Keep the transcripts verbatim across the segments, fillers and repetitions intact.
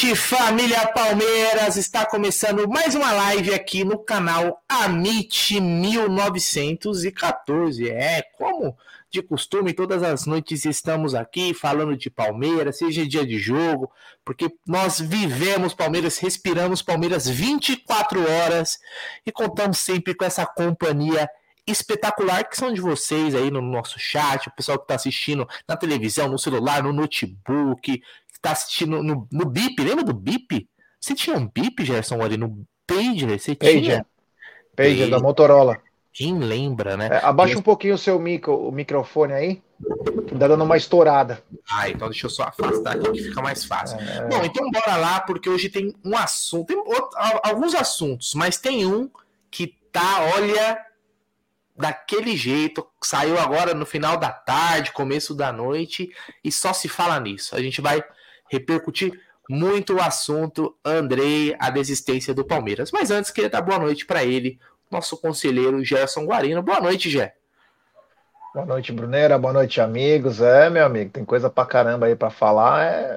noite, família Palmeiras! Está começando mais uma live aqui no canal Amit mil novecentos e quatorze. É, como de costume, todas as noites estamos aqui falando de Palmeiras, seja dia de jogo, porque nós vivemos Palmeiras, respiramos Palmeiras vinte e quatro horas e contamos sempre com essa companhia espetacular que são de vocês aí no nosso chat, o pessoal que está assistindo na televisão, no celular, no notebook, tá assistindo no, no Bip, lembra do Bip? Você tinha um Bip, Gerson, ali no Pager? Você Pager. tinha? Pager da Motorola. Quem lembra, né? É, abaixa um pouquinho o seu micro, o microfone aí, que tá dando uma estourada. Ah, então deixa eu só afastar aqui que fica mais fácil. É... Bom, então bora lá, porque hoje tem um assunto, tem outro, alguns assuntos, mas tem um que tá, olha, daquele jeito, saiu agora no final da tarde, começo da noite, e só se fala nisso. A gente vai repercutir muito o assunto Andrei, a desistência do Palmeiras. Mas antes, queria dar boa noite para ele, nosso conselheiro Gerson Guarino. Boa noite, Gé. Boa noite, Brunera. Boa noite, amigos. É, meu amigo, tem coisa pra caramba aí pra falar. É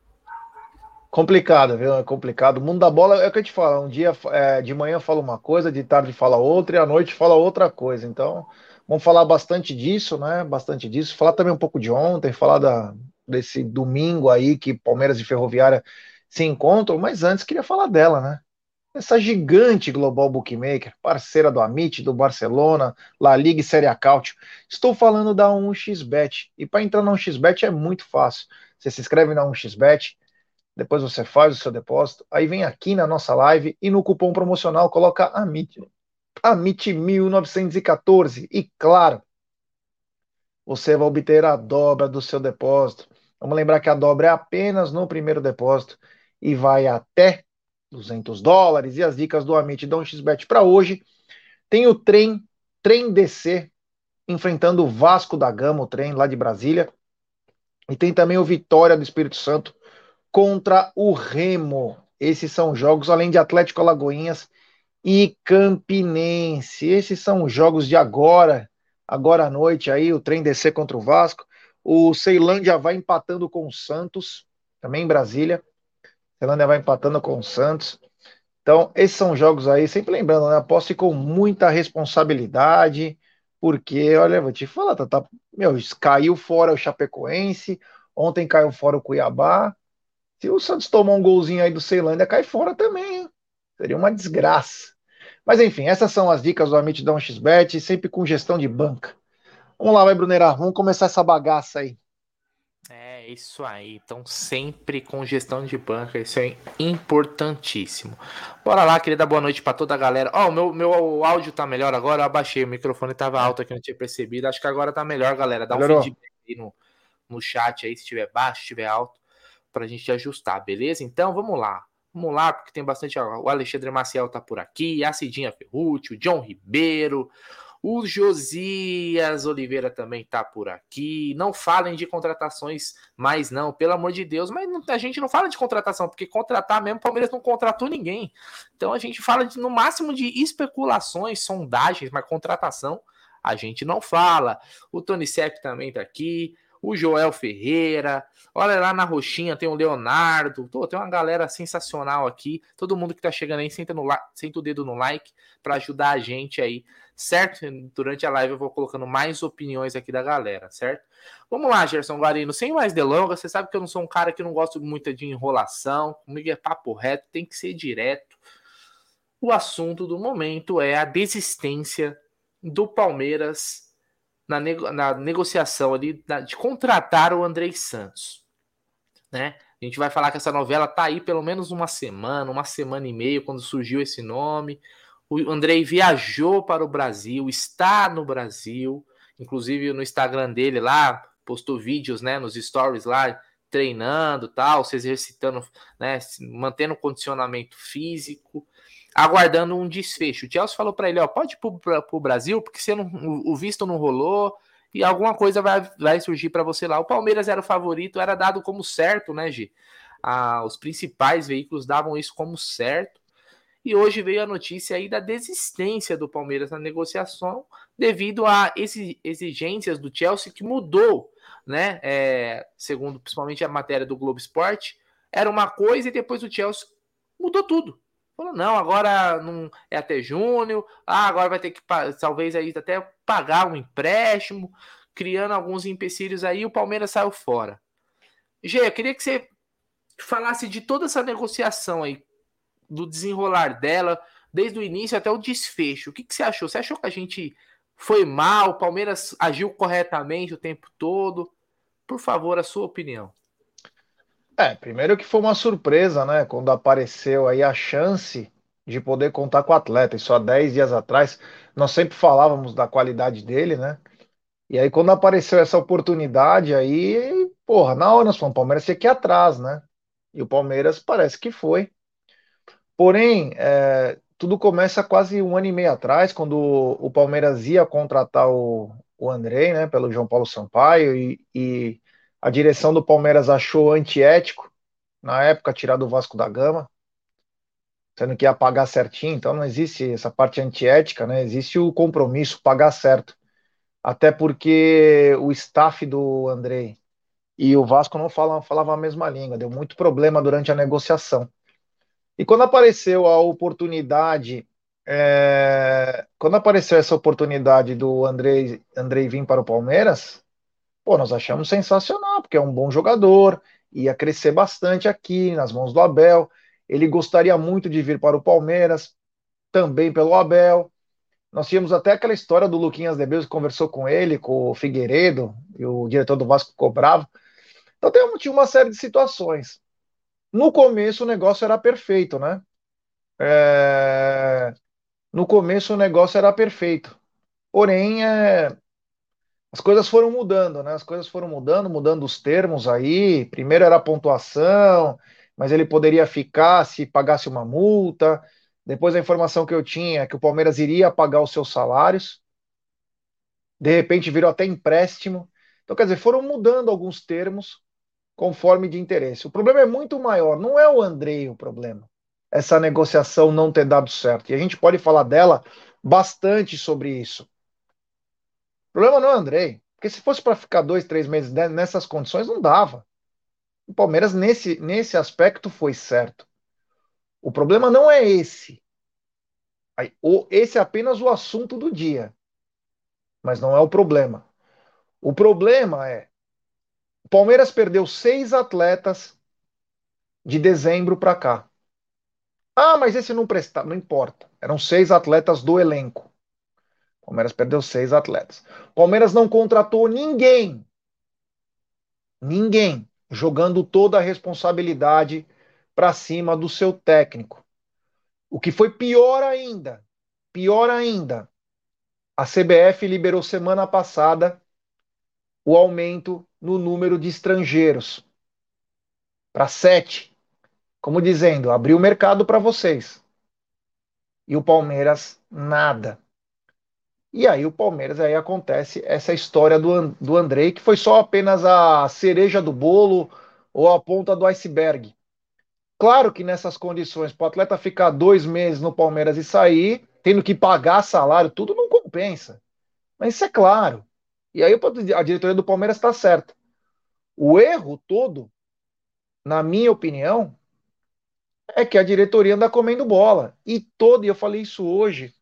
complicado, viu? É complicado. O mundo da bola é o que eu te falo. Um dia é, de manhã fala uma coisa, de tarde fala outra e à noite fala outra coisa. Então, vamos falar bastante disso, né? Bastante disso. Falar também um pouco de ontem, falar da, desse domingo aí que Palmeiras e Ferroviária se encontram, mas antes queria falar dela, né? Essa gigante global bookmaker, parceira do Amit, do Barcelona, La Liga e Série A Cautio. Estou falando da um x bet. E para entrar na um x bet é muito fácil. Você se inscreve na um x bet, depois você faz o seu depósito, aí vem aqui na nossa live e no cupom promocional coloca Amit. Amit mil novecentos e quatorze. E claro, você vai obter a dobra do seu depósito. Vamos lembrar que a dobra é apenas no primeiro depósito e vai até duzentos dólares. E as dicas do Amit dão um x bet para hoje. Tem o trem, trem D C, enfrentando o Vasco da Gama, o trem lá de Brasília. E tem também o Vitória do Espírito Santo contra o Remo. Esses são jogos, além de Atlético Alagoinhas e Campinense. Esses são os jogos de agora, agora à noite aí, o trem D C contra o Vasco. O Ceilândia vai empatando com o Santos, também em Brasília. Ceilândia vai empatando com o Santos. Então, esses são jogos aí, sempre lembrando, né? Aposte com muita responsabilidade, porque, olha, vou te falar, tá, tá, meu, caiu fora o Chapecoense, ontem caiu fora o Cuiabá. Se o Santos tomar um golzinho aí do Ceilândia, cai fora também, hein? Seria uma desgraça. Mas enfim, essas são as dicas do Amit da um x bet, sempre com gestão de banca. Vamos lá, vai, Brunera, vamos começar essa bagaça aí. É isso aí, então sempre com gestão de banca, isso é importantíssimo. Bora lá, queria dar boa noite para toda a galera. Ó, oh, o meu, meu áudio tá melhor agora, eu abaixei, o microfone tava alto aqui, não tinha percebido. Acho que agora tá melhor, galera. Dá Melhorou. um feedback aí no, no chat aí, se estiver baixo, se estiver alto, pra gente ajustar, beleza? Então vamos lá. Vamos lá, porque tem bastante. O Alexandre Maciel tá por aqui, a Cidinha Ferrucci, o John Ribeiro. O Josias Oliveira também tá por aqui. Não falem de contratações mais não, pelo amor de Deus. Mas a gente não fala de contratação, porque contratar mesmo, o Palmeiras não contratou ninguém. Então a gente fala de, no máximo de especulações, sondagens, mas contratação a gente não fala. O Tony Sepp também tá aqui. O Joel Ferreira, olha lá na roxinha, tem o Leonardo, Tô, tem uma galera sensacional aqui, todo mundo que tá chegando aí, senta, no, senta o dedo no like para ajudar a gente aí, certo? Durante a live eu vou colocando mais opiniões aqui da galera, certo? Vamos lá, Gerson Guarino, sem mais delongas, você sabe que eu não sou um cara que não gosto muito de enrolação, comigo é papo reto, tem que ser direto. O assunto do momento é a desistência do Palmeiras Na, nego, na negociação ali de contratar o Andrei Santos, né? A gente vai falar que essa novela tá aí pelo menos uma semana, uma semana e meia, quando surgiu esse nome. O Andrei viajou para o Brasil, está no Brasil, inclusive no Instagram dele lá, postou vídeos, né, nos stories lá, treinando, tal, se exercitando, né, mantendo condicionamento físico, aguardando um desfecho. O Chelsea falou para ele, ó, pode ir para o Brasil, porque você não, o visto não rolou e alguma coisa vai, vai surgir para você lá. O Palmeiras era o favorito, era dado como certo, né, Gi? Ah, os principais veículos davam isso como certo. E hoje veio a notícia aí da desistência do Palmeiras na negociação devido a exigências do Chelsea que mudou, né? É, segundo principalmente a matéria do Globo Esporte, era uma coisa e depois o Chelsea mudou tudo. Falou, não, agora não é até junho, ah, agora vai ter que talvez aí até pagar um empréstimo, criando alguns empecilhos aí, o Palmeiras saiu fora. Gê, eu queria que você falasse de toda essa negociação aí, do desenrolar dela, desde o início até o desfecho. O que, que você achou? Você achou que a gente foi mal, o Palmeiras agiu corretamente o tempo todo? Por favor, a sua opinião. É, primeiro que foi uma surpresa, né? Quando apareceu aí a chance de poder contar com o atleta. Isso há dez dias atrás, nós sempre falávamos da qualidade dele, né? E aí, quando apareceu essa oportunidade aí, porra, na hora nós falamos, o Palmeiras tinha que ir atrás, né? E o Palmeiras parece que foi. Porém, é, tudo começa quase um ano e meio atrás, quando o, o Palmeiras ia contratar o, o Andrei, né, pelo João Paulo Sampaio, e, e a direção do Palmeiras achou antiético, na época, tirar do Vasco da Gama, sendo que ia pagar certinho, então não existe essa parte antiética, né? Existe o compromisso, pagar certo. Até porque o staff do Andrei e o Vasco não falam, falavam a mesma língua, deu muito problema durante a negociação. E quando apareceu a oportunidade, é, quando apareceu essa oportunidade do Andrei, Andrei vir para o Palmeiras, pô, nós achamos sensacional, porque é um bom jogador, ia crescer bastante aqui nas mãos do Abel. Ele gostaria muito de vir para o Palmeiras, também pelo Abel. Nós tínhamos até aquela história do Luquinhas de Deus que conversou com ele, com o Figueiredo, e o diretor do Vasco ficou bravo. Então tem- tinha uma série de situações. No começo o negócio era perfeito, né? É, No começo o negócio era perfeito. Porém, é, as coisas foram mudando, né? As coisas foram mudando, mudando os termos aí. Primeiro era a pontuação, mas ele poderia ficar se pagasse uma multa. Depois a informação que eu tinha é que o Palmeiras iria pagar os seus salários. De repente virou até empréstimo. Então, quer dizer, foram mudando alguns termos conforme de interesse. O problema é muito maior, não é o Andrei o problema. Essa negociação não ter dado certo. E a gente pode falar dela bastante sobre isso. O problema não é o Andrei, porque se fosse para ficar dois, três meses nessas condições, não dava. O Palmeiras, nesse, nesse aspecto, foi certo. O problema não é esse. Esse é apenas o assunto do dia, mas não é o problema. O problema é: o Palmeiras perdeu seis atletas de dezembro para cá. Ah, mas esse não prestava, não importa. Eram seis atletas do elenco. O Palmeiras perdeu seis atletas. O Palmeiras não contratou ninguém, ninguém, jogando toda a responsabilidade para cima do seu técnico. O que foi pior ainda, pior ainda, a C B F liberou semana passada o aumento no número de estrangeiros para sete, como dizendo, abriu o mercado para vocês. E o Palmeiras nada. E aí o Palmeiras, aí acontece essa história do, do Andrei, que foi só apenas a cereja do bolo ou a ponta do iceberg. Claro que nessas condições, para o atleta ficar dois meses no Palmeiras e sair, tendo que pagar salário, tudo não compensa. Mas isso é claro. E aí a diretoria do Palmeiras está certa. O erro todo, na minha opinião, é que a diretoria anda comendo bola. E todo, e eu falei isso hoje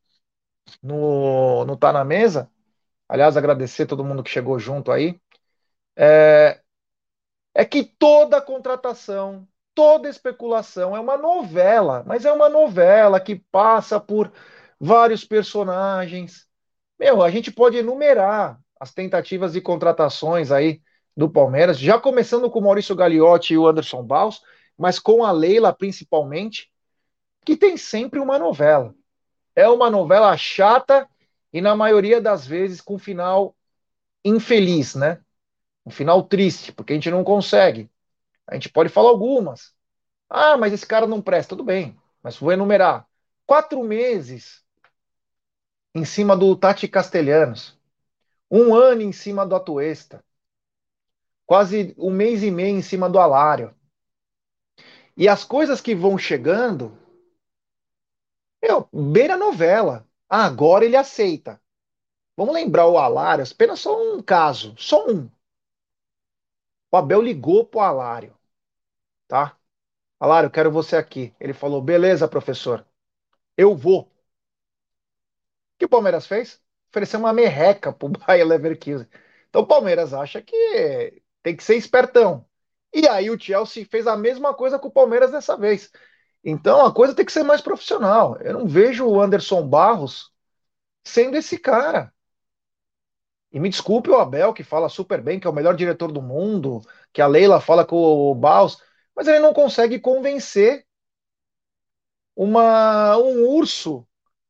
no, no Tá na Mesa. Aliás, agradecer todo mundo que chegou junto aí. É, é que toda contratação, toda especulação é uma novela, mas é uma novela que passa por vários personagens. Meu, a gente pode enumerar as tentativas de contratações aí do Palmeiras, já começando com o Maurício Gagliotti e o Anderson Barros, mas com a Leila principalmente, que tem sempre uma novela. É uma novela chata e, na maioria das vezes, com final infeliz, né? Um final triste, porque a gente não consegue. A gente pode falar algumas. Ah, mas esse cara não presta. Tudo bem, mas vou enumerar. Quatro meses em cima do Tati Castelhanos. Um ano em cima do Atuesta. Quase um mês e meio em cima do Alário. E as coisas que vão chegando, meu, beira novela. Ah, agora ele aceita. Vamos lembrar o Alário, apenas só um caso, só um. O Abel ligou pro Alário, tá? Alário, eu quero você aqui. Ele falou, beleza, professor, eu vou. O que o Palmeiras fez? Ofereceu uma merreca pro Bayer Leverkusen. Então o Palmeiras acha que tem que ser espertão. E aí o Chelsea fez a mesma coisa com o Palmeiras dessa vez. Então a coisa tem que ser mais profissional. Eu não vejo o Anderson Barros sendo esse cara. E me desculpe o Abel, que fala super bem, que é o melhor diretor do mundo, que a Leila fala com o Barros, mas ele não consegue convencer uma, um urso,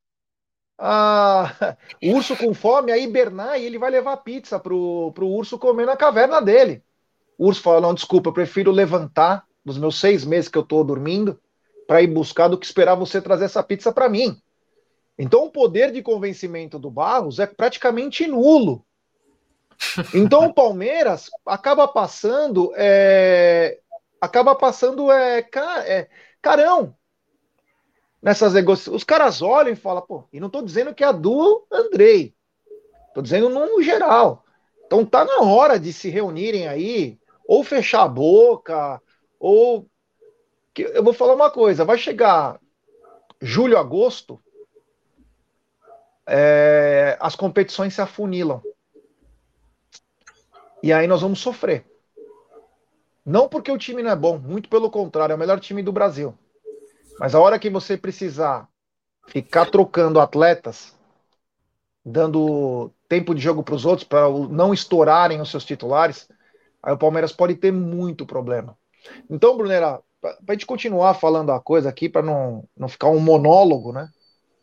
a, o urso com fome a hibernar e ele vai levar pizza pro, pro urso comer na caverna dele. O urso fala: não, desculpa, eu prefiro levantar dos meus seis meses que eu tô dormindo para ir buscar do que esperar você trazer essa pizza para mim. Então o poder de convencimento do Barros é praticamente nulo. Então o Palmeiras acaba passando, é, acaba passando é, é, carão nessas negociações. Os caras olham e falam, pô, e não estou dizendo que é a do Andrei, estou dizendo no geral. Então tá na hora de se reunirem aí, ou fechar a boca, ou. Eu vou falar uma coisa: vai chegar julho, agosto, é, as competições se afunilam. E aí nós vamos sofrer. Não porque o time não é bom, muito pelo contrário, é o melhor time do Brasil. Mas a hora que você precisar ficar trocando atletas, dando tempo de jogo para os outros, para não estourarem os seus titulares, aí o Palmeiras pode ter muito problema. Então, Brunera, para a gente continuar falando a coisa aqui, para não, não ficar um monólogo, né?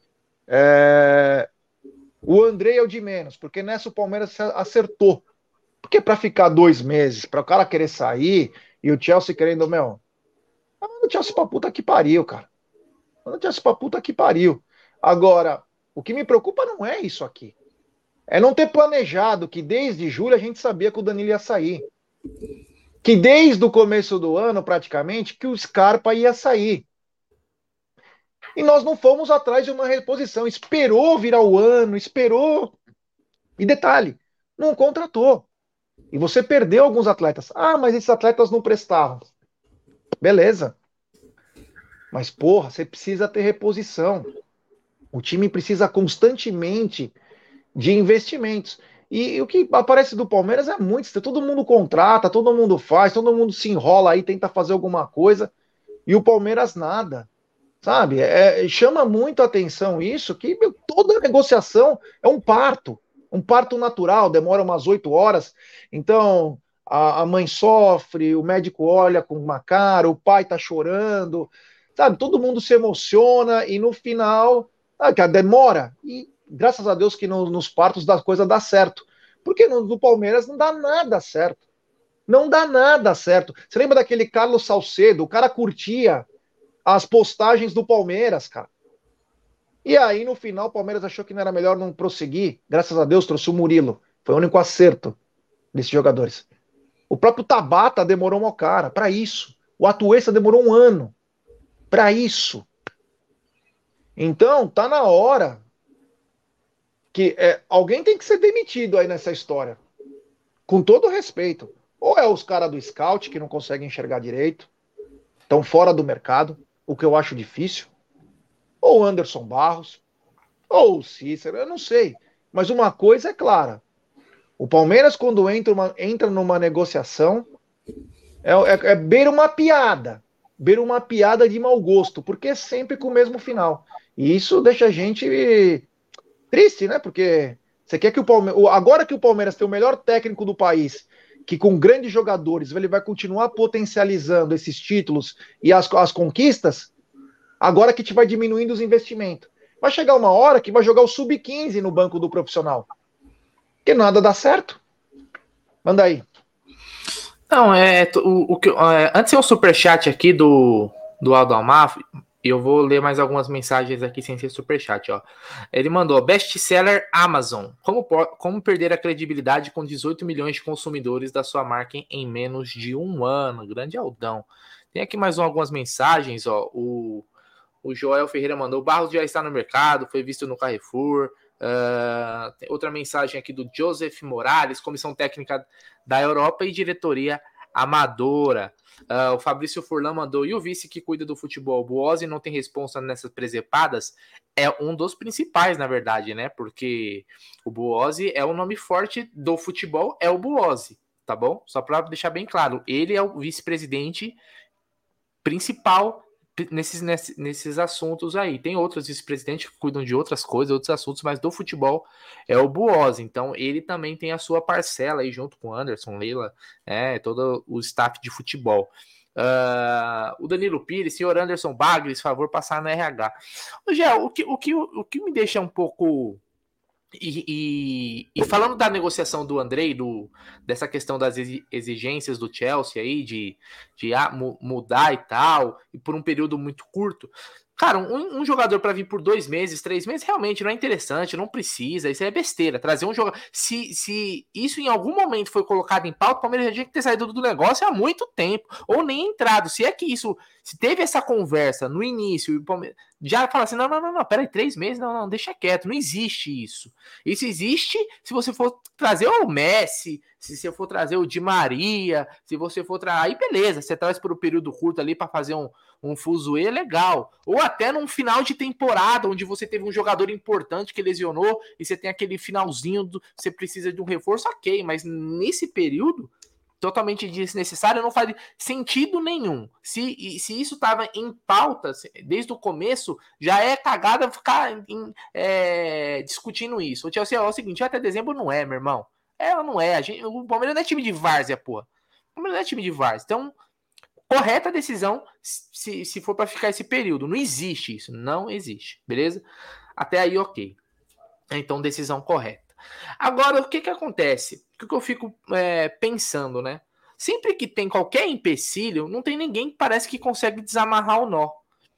É... O Andrei é o de menos, porque nessa o Palmeiras acertou. Porque para ficar dois meses, para o cara querer sair e o Chelsea querendo, meu, o Chelsea pra puta que pariu, cara. Manda o Chelsea pra puta que pariu. Agora, o que me preocupa não é isso aqui. É não ter planejado que desde julho a gente sabia que o Danilo ia sair. Que desde o começo do ano, praticamente, que o Scarpa ia sair. E nós não fomos atrás de uma reposição. Esperou virar o ano, esperou. E detalhe, não contratou. E você perdeu alguns atletas. Ah, mas esses atletas não prestavam. Beleza. Mas, porra, você precisa ter reposição. O time precisa constantemente de investimentos. E, e o que aparece do Palmeiras é muito. Todo mundo contrata, todo mundo faz, todo mundo se enrola aí, tenta fazer alguma coisa. E o Palmeiras nada. Sabe? É, chama muito a atenção isso, que meu, toda negociação é um parto. Um parto natural, demora umas oito horas. Então, a, a mãe sofre, o médico olha com uma cara, o pai tá chorando. Sabe? Todo mundo se emociona e no final, ah, que demora. E graças a Deus que no, nos partos das coisas dá certo. Porque no, no Palmeiras não dá nada certo. Não dá nada certo. Você lembra daquele Carlos Salcedo? O cara curtia as postagens do Palmeiras, cara. E aí, no final, o Palmeiras achou que não era melhor não prosseguir. Graças a Deus, trouxe o Murilo. Foi o único acerto desses jogadores. O próprio Tabata demorou uma cara para isso. O Atuesta demorou um ano para isso. Então, tá na hora que é, alguém tem que ser demitido aí nessa história. Com todo respeito. Ou é os caras do scout que não conseguem enxergar direito, estão fora do mercado, o que eu acho difícil. Ou Anderson Barros, ou Cícero, eu não sei. Mas uma coisa é clara: o Palmeiras, quando entra, uma, entra numa negociação, é, é, é beira uma piada. Beira uma piada de mau gosto, porque é sempre com o mesmo final. E isso deixa a gente triste, né? Porque você quer que o Palmeiras. Agora que o Palmeiras tem o melhor técnico do país, que com grandes jogadores ele vai continuar potencializando esses títulos e as, as conquistas, agora que te vai diminuindo os investimentos. Vai chegar uma hora que vai jogar o sub quinze no banco do profissional. Porque nada dá certo. Manda aí. Não, é. O, o que, é, antes tem um superchat aqui do, do Aldo Amaf. E eu vou ler mais algumas mensagens aqui sem ser superchat, ó. Ele mandou: best-seller Amazon. Como, como perder a credibilidade com dezoito milhões de consumidores da sua marca em, em menos de um ano? Grande Aldão. Tem aqui mais um, algumas mensagens, ó. O, o Joel Ferreira mandou: o Barros já está no mercado, foi visto no Carrefour. Uh, tem outra mensagem aqui do Joseph Morales: comissão técnica da Europa e diretoria amadora. Uh, o Fabrício Furlan mandou, e o vice que cuida do futebol? O Buozzi não tem responsa nessas presepadas? É um dos principais, na verdade, né? Porque o Buozzi é o nome forte do futebol, é o Buozzi, tá bom? Só para deixar bem claro, ele é o vice-presidente principal nesses, nesses, nesses assuntos aí. Tem outros vice-presidentes que cuidam de outras coisas, outros assuntos, mas do futebol é o Buozzi. Então, ele também tem a sua parcela aí, junto com o Anderson, Leila, é, todo o staff de futebol. Uh, o Danilo Pires, senhor Anderson Bagres, favor passar no R H. Ô, Gé, o que, o, que, o que me deixa um pouco... E, e, e falando da negociação do Andrei, do, dessa questão das exigências do Chelsea aí, de, de ah, mudar e tal, e por um período muito curto, cara, um, um jogador para vir por dois meses, três meses, realmente não é interessante, não precisa, isso é besteira, trazer um jogador, se, se isso em algum momento foi colocado em pauta, o Palmeiras já tinha que ter saído do negócio há muito tempo, ou nem entrado, se é que isso, se teve essa conversa no início, e o Palmeiras já fala assim, não, não, não, não, peraí, três meses, não, não, deixa quieto, não existe isso. Isso existe se você for trazer o Messi, se você for trazer o Di Maria, se você for trazer, aí beleza, você traz por um período curto ali para fazer um, um fuzuê legal, ou até num final de temporada, onde você teve um jogador importante que lesionou, e você tem aquele finalzinho, do, você precisa de um reforço, ok, mas nesse período, totalmente desnecessário, não faz sentido nenhum. Se, se isso estava em pauta desde o começo, já é cagada ficar em, é, discutindo isso. O Chelsea é o seguinte, até dezembro não é, meu irmão. É ou não é? A gente, o Palmeiras não é time de várzea, porra. O Palmeiras não é time de várzea. Então, correta decisão se, se for para ficar esse período. Não existe isso. Não existe. Beleza? Até aí, ok. Então, decisão correta. Agora, o que que acontece? O que eu fico é, pensando, né? Sempre que tem qualquer empecilho, não tem ninguém que parece que consegue desamarrar o nó.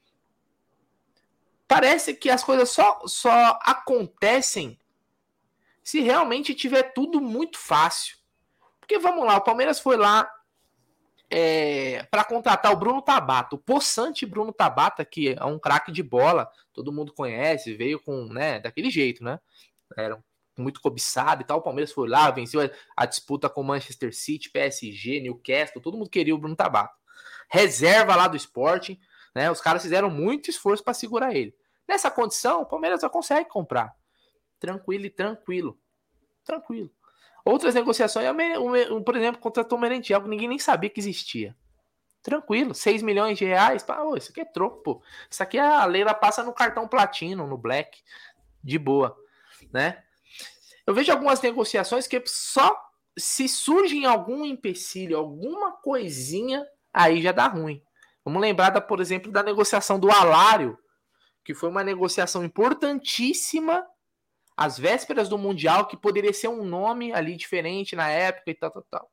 Parece que as coisas só, só acontecem se realmente tiver tudo muito fácil. Porque, vamos lá, o Palmeiras foi lá é, para contratar o Bruno Tabata, o possante Bruno Tabata, que é um craque de bola, todo mundo conhece, veio com, né, daquele jeito, né? Era um muito cobiçado e tal, o Palmeiras foi lá, venceu a, a disputa com Manchester City, P S G, Newcastle, todo mundo queria o Bruno Tabata. Reserva lá do Sporting, né? Os caras fizeram muito esforço para segurar ele. Nessa condição, o Palmeiras já consegue comprar. Tranquilo e tranquilo. Tranquilo. Outras negociações, por exemplo, contratou o Merentiel, que ninguém nem sabia que existia. Tranquilo, seis milhões de reais, pá, oh, isso aqui é troco, pô. Isso aqui a Leila passa no cartão platino, no Black, de boa, né? Eu vejo algumas negociações que só se surge algum empecilho, alguma coisinha, aí já dá ruim. Vamos lembrar, da, por exemplo, da negociação do Alário, que foi uma negociação importantíssima às vésperas do Mundial, que poderia ser um nome ali diferente na época e tal, tal, tal.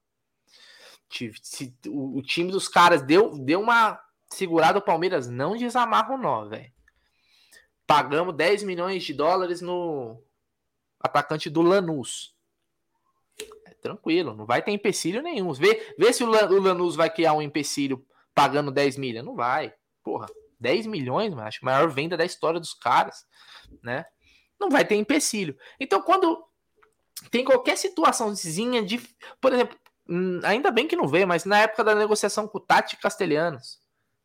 O time dos caras deu, deu uma segurada, o Palmeiras não desamarra o nó, velho. Pagamos dez milhões de dólares no atacante do Lanús. É tranquilo, não vai ter empecilho nenhum. Vê, vê se o, Lan, o Lanús vai criar um empecilho pagando dez milhas. Não vai. Porra, dez milhões, mas acho a maior venda da história dos caras, né? Não vai ter empecilho. Então, quando tem qualquer situaçãozinha de... Por exemplo, ainda bem que não veio, mas na época da negociação com o Tati Castelhanos.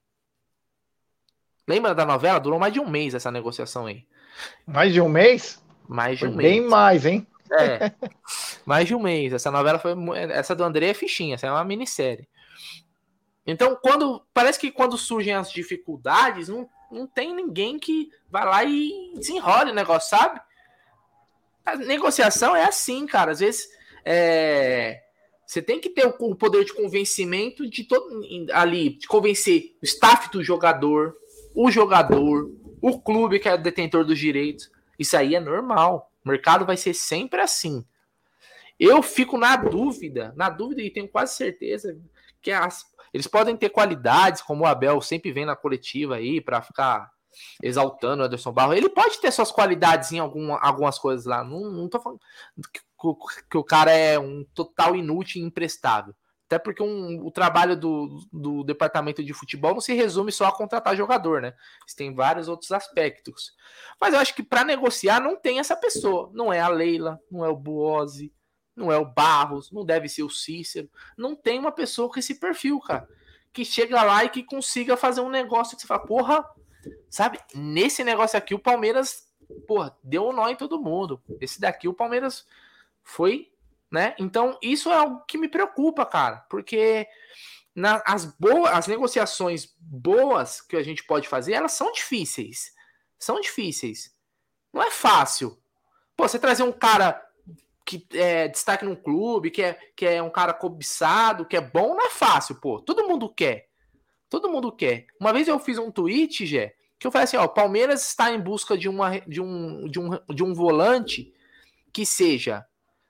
Lembra da novela? Durou mais de um mês essa negociação aí. Mais de um mês? Mais de foi um mês. Bem mais, hein? É, mais de um mês. Essa novela foi... Essa do André é fichinha, essa é uma minissérie. Então, quando... Parece que quando surgem as dificuldades, não, não tem ninguém que vai lá e desenrole o negócio, sabe? A negociação é assim, cara. Às vezes, é... você tem que ter o poder de convencimento de todo ali, de convencer o staff do jogador, o jogador, o clube que é o detentor dos direitos. Isso aí é normal. O mercado vai ser sempre assim. Eu fico na dúvida, na dúvida e tenho quase certeza que as, eles podem ter qualidades, como o Abel sempre vem na coletiva aí para ficar exaltando o Anderson Barros. Ele pode ter suas qualidades em algum, algumas coisas lá. Não, não tô falando que, que o cara é um total inútil e imprestável. Até porque um, o trabalho do, do departamento de futebol não se resume só a contratar jogador, né? Tem vários outros aspectos. Mas eu acho que para negociar não tem essa pessoa. Não é a Leila, não é o Buozzi, não é o Barros, não deve ser o Cícero. Não tem uma pessoa com esse perfil, cara, que chega lá e que consiga fazer um negócio que você fala, porra, sabe? Nesse negócio aqui, o Palmeiras, porra, deu um nó em todo mundo. Esse daqui, o Palmeiras foi, né? Então, isso é algo que me preocupa, cara, porque na, as, boas, as negociações boas que a gente pode fazer, elas são difíceis. São difíceis. Não é fácil. Pô, você trazer um cara que é destaque num clube, que é, que é um cara cobiçado, que é bom, não é fácil, pô. Todo mundo quer. Todo mundo quer. Uma vez eu fiz um tweet, Gé, que eu falei assim, ó, o Palmeiras está em busca de, uma, de, um, de, um, de um volante que seja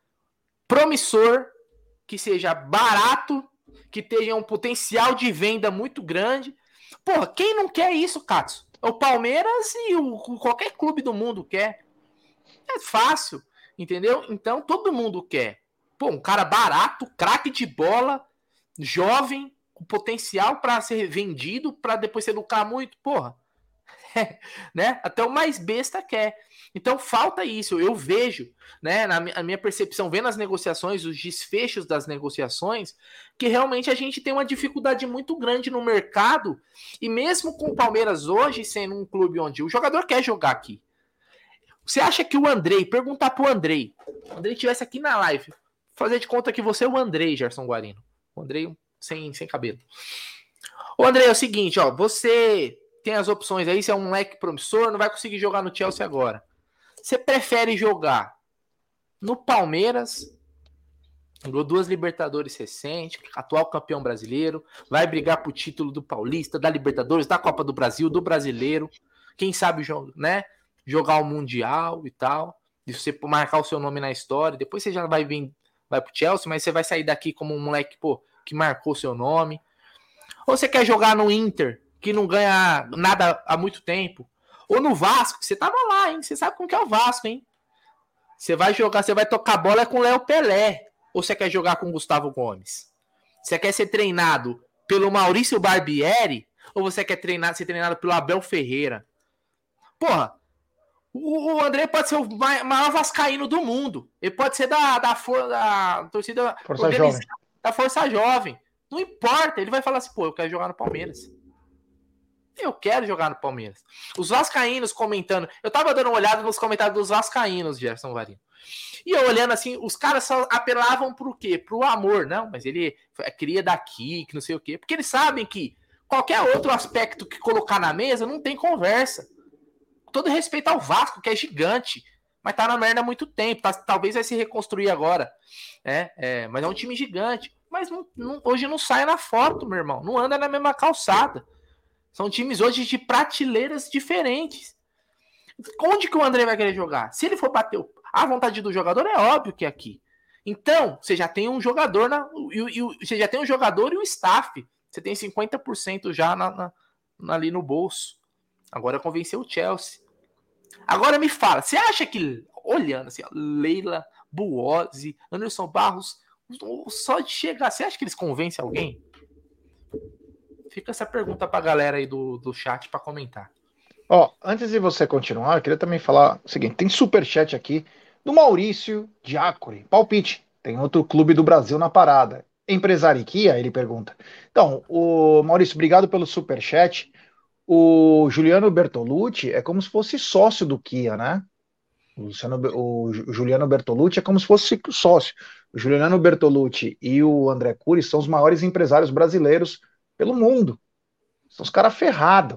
promissor, que seja barato, que tenha um potencial de venda muito grande. Porra, quem não quer isso, Katsu? O Palmeiras e o, qualquer clube do mundo quer. É fácil, entendeu? Então todo mundo quer. Pô, um cara barato, craque de bola, jovem, com potencial para ser vendido, para depois você lucrar muito. Porra, é, né? Até o mais besta quer. Então falta isso. Eu vejo, né, na minha percepção, vendo as negociações, os desfechos das negociações, que realmente a gente tem uma dificuldade muito grande no mercado. E mesmo com o Palmeiras hoje sendo um clube onde o jogador quer jogar aqui. Você acha que o Andrei, perguntar pro Andrei, o Andrei estivesse aqui na live, fazer de conta que você é o Andrei, Gerson Guarino. O Andrei sem, sem cabelo. Ô Andrei, é o seguinte, ó, você tem as opções aí, você é um moleque promissor, não vai conseguir jogar no Chelsea agora. Você prefere jogar no Palmeiras, ganhou duas Libertadores recentes, atual campeão brasileiro, vai brigar pro título do Paulista, da Libertadores, da Copa do Brasil, do Brasileiro, quem sabe, né, jogar o Mundial e tal, e você marcar o seu nome na história, depois você já vai vir, vai pro Chelsea, mas você vai sair daqui como um moleque, pô, que marcou o seu nome. Ou você quer jogar no Inter, que não ganha nada há muito tempo, ou no Vasco, que você tava lá, hein, você sabe como que é o Vasco, hein. Você vai jogar, você vai tocar bola com o Léo Pelé, ou você quer jogar com o Gustavo Gomes? Você quer ser treinado pelo Maurício Barbieri, ou você quer treinar, ser treinado pelo Abel Ferreira? Porra, o, o André pode ser o maior vascaíno do mundo. Ele pode ser da, da, for, da torcida Força Jovem. Da Força Jovem. Não importa, ele vai falar assim, pô, eu quero jogar no Palmeiras. Eu quero jogar no Palmeiras. Os vascaínos comentando, eu tava dando uma olhada nos comentários dos vascaínos, Gerson Guarino. E eu olhando assim, os caras só apelavam pro quê? Pro amor, não, mas ele queria daqui, que não sei o quê. Porque eles sabem que qualquer outro aspecto que colocar na mesa não tem conversa. Todo respeito ao Vasco, que é gigante, mas tá na merda há muito tempo, tá, talvez vai se reconstruir agora, é, é, mas é um time gigante, mas não, não, hoje não sai na foto, meu irmão, não anda na mesma calçada, são times hoje de prateleiras diferentes. Onde que o André vai querer jogar? Se ele for bater a vontade do jogador, é óbvio que é aqui. Então, você já tem um jogador na, e, e, você já tem um jogador e o staff, você tem cinquenta por cento já na, na, na, ali no bolso. Agora convenceu o Chelsea. Agora me fala, você acha que, olhando assim, ó, Leila, Buozzi, Anderson Barros, só de chegar, você acha que eles convencem alguém? Fica essa pergunta pra galera aí do, do chat pra comentar. Ó, antes de você continuar, eu queria também falar o seguinte, tem superchat aqui do Maurício Diacori, palpite, tem outro clube do Brasil na parada. Empresário Kia? Ele pergunta. Então, o Maurício, obrigado pelo superchat. O Juliano Bertolucci é como se fosse sócio do Kia, né? O, Luciano, o Juliano Bertolucci é como se fosse sócio. O Juliano Bertolucci e o André Cury são os maiores empresários brasileiros pelo mundo. São os caras ferrados.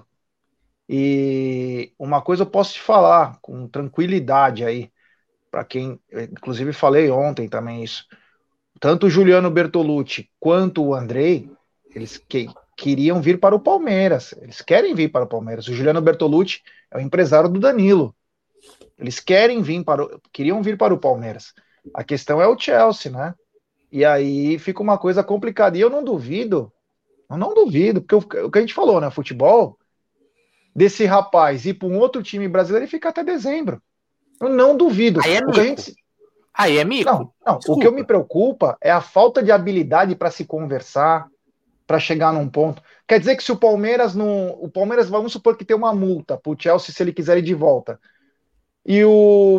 E uma coisa eu posso te falar com tranquilidade aí, para quem, inclusive falei ontem também isso. Tanto o Juliano Bertolucci quanto o Andrei, eles que queriam vir para o Palmeiras, eles querem vir para o Palmeiras. O Juliano Bertolucci é o empresário do Danilo. Eles querem vir para o, queriam vir para o Palmeiras. A questão é o Chelsea, né? E aí fica uma coisa complicada. E eu não duvido, eu não duvido, porque o, o que a gente falou, né? Futebol, desse rapaz ir para um outro time brasileiro e ficar até dezembro. Eu não duvido. Aí é mico. O que a gente... Aí é mico. Não, não. O que eu me preocupa é a falta de habilidade para se conversar, para chegar num ponto. Quer dizer que se o Palmeiras não... O Palmeiras, vamos supor que tem uma multa pro Chelsea se ele quiser ir de volta. E o,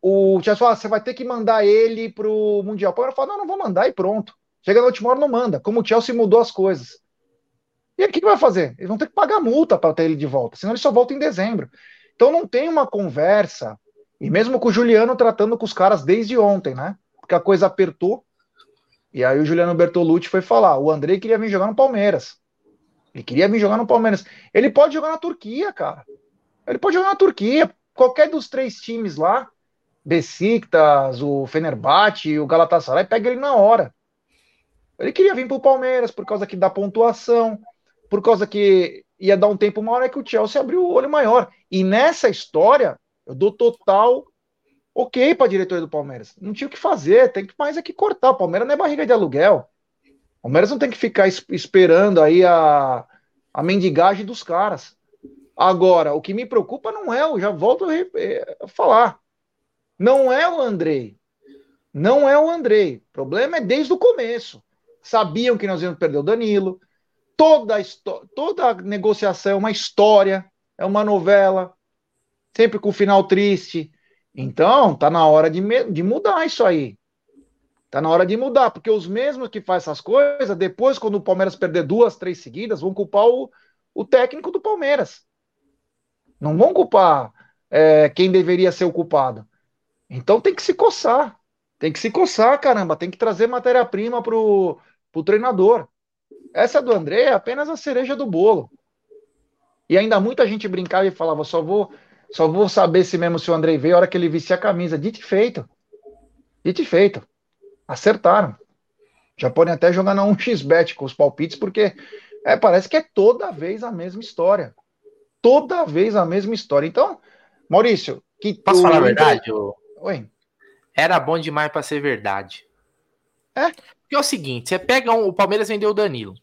o Chelsea fala, você vai ter que mandar ele pro Mundial. O Palmeiras fala, não, não vou mandar e pronto. Chega na última hora, não manda. Como o Chelsea mudou as coisas. E aí, o que, que vai fazer? Eles vão ter que pagar multa para ter ele de volta, senão ele só volta em dezembro. Então não tem uma conversa, e mesmo com o Juliano tratando com os caras desde ontem, né? Porque a coisa apertou, e aí o Juliano Bertolucci foi falar, o Andrei queria vir jogar no Palmeiras. Ele queria vir jogar no Palmeiras. Ele pode jogar na Turquia, cara. Ele pode jogar na Turquia. Qualquer dos três times lá, Besiktas, o Fenerbahçe e o Galatasaray, pega ele na hora. Ele queria vir pro Palmeiras por causa que dá pontuação, por causa que ia dar um tempo maior, é que o Chelsea abriu o olho maior. E nessa história, eu dou total ok para a diretoria do Palmeiras. Não tinha o que fazer, tem que mais é que cortar. O Palmeiras não é barriga de aluguel. O Palmeiras não tem que ficar esperando aí a, a mendigagem dos caras. Agora, o que me preocupa não é, eu já volto a falar, não é o Andrei. Não é o Andrei. O problema é desde o começo. Sabiam que nós íamos perder o Danilo. Toda a, toda a negociação é uma história, é uma novela, sempre com final triste. Então, tá na hora de, de mudar isso aí. Tá na hora de mudar, porque os mesmos que fazem essas coisas, depois, quando o Palmeiras perder duas, três seguidas, vão culpar o, o técnico do Palmeiras. Não vão culpar é, quem deveria ser o culpado. Então tem que se coçar. Tem que se coçar, caramba. Tem que trazer matéria-prima pro, pro treinador. Essa do André é apenas a cereja do bolo. E ainda muita gente brincava e falava, só vou, só vou saber se mesmo se o André veio a hora que ele vestir a camisa. Dito e feito. Dito e feito. Acertaram. Já podem até jogar na um x bet com os palpites, porque é, parece que é toda vez a mesma história. Toda vez a mesma história. Então, Maurício... Que Posso o falar a Inter... verdade? Eu... Oi. Era bom demais para ser verdade. É? Porque é o seguinte, você pega um, o Palmeiras vendeu o Danilo.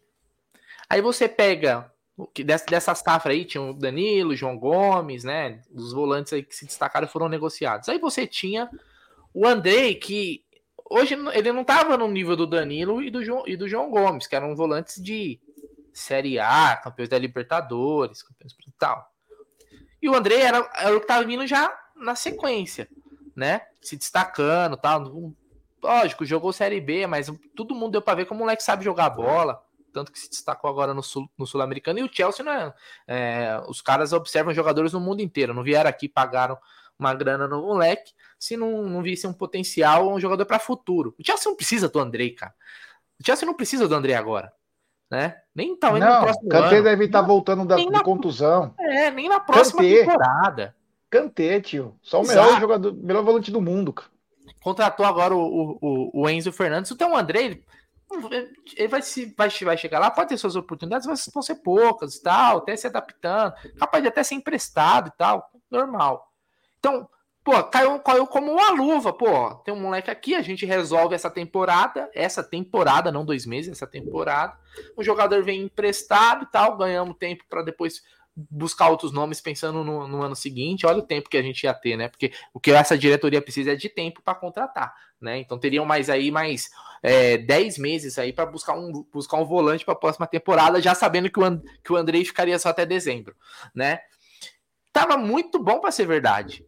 Aí você pega dessas safras aí, tinha o Danilo, o João Gomes, né? Os volantes aí que se destacaram foram negociados. Aí você tinha o Andrei, que hoje ele não estava no nível do Danilo e do, João, e do João Gomes, que eram volantes de Série A, campeões da Libertadores, campeões e tal. E o Andrei era, era o que estava vindo já na sequência, né? Se destacando, tal. Lógico, jogou Série B, mas todo mundo deu para ver que o moleque sabe jogar bola, tanto que se destacou agora no, Sul, no Sul-Americano. E o Chelsea, né? É, os caras observam jogadores no mundo inteiro, não vieram aqui, pagaram uma grana no moleque, se não, não visse um potencial, um jogador para futuro. O Chelsea não precisa do Andrei, cara. O Chelsea não precisa do Andrei agora, né? Nem talvez não, no próximo Kanté ano. deve estar voltando da, de na, contusão. É, nem na próxima Kanté. temporada. Kanté, tio. Só o melhor jogador, melhor volante do mundo, cara. Contratou agora o, o, o Enzo Fernandes. Então o André, ele, ele vai, se, vai, vai chegar lá, pode ter suas oportunidades, mas vão ser poucas e tal, até se adaptando, capaz de até ser emprestado e tal, normal. Então, pô, caiu, caiu como uma luva, pô, tem um moleque aqui, a gente resolve essa temporada, essa temporada, não dois meses, essa temporada, o jogador vem emprestado e tal, ganhamos tempo para depois buscar outros nomes pensando no, no ano seguinte. Olha o tempo que a gente ia ter, né? Porque o que essa diretoria precisa é de tempo para contratar, né? Então teriam mais aí mais é, dez meses aí para buscar um, buscar um volante para a próxima temporada, já sabendo que o, And, que o Andrei ficaria só até dezembro, né? Tava muito bom para ser verdade.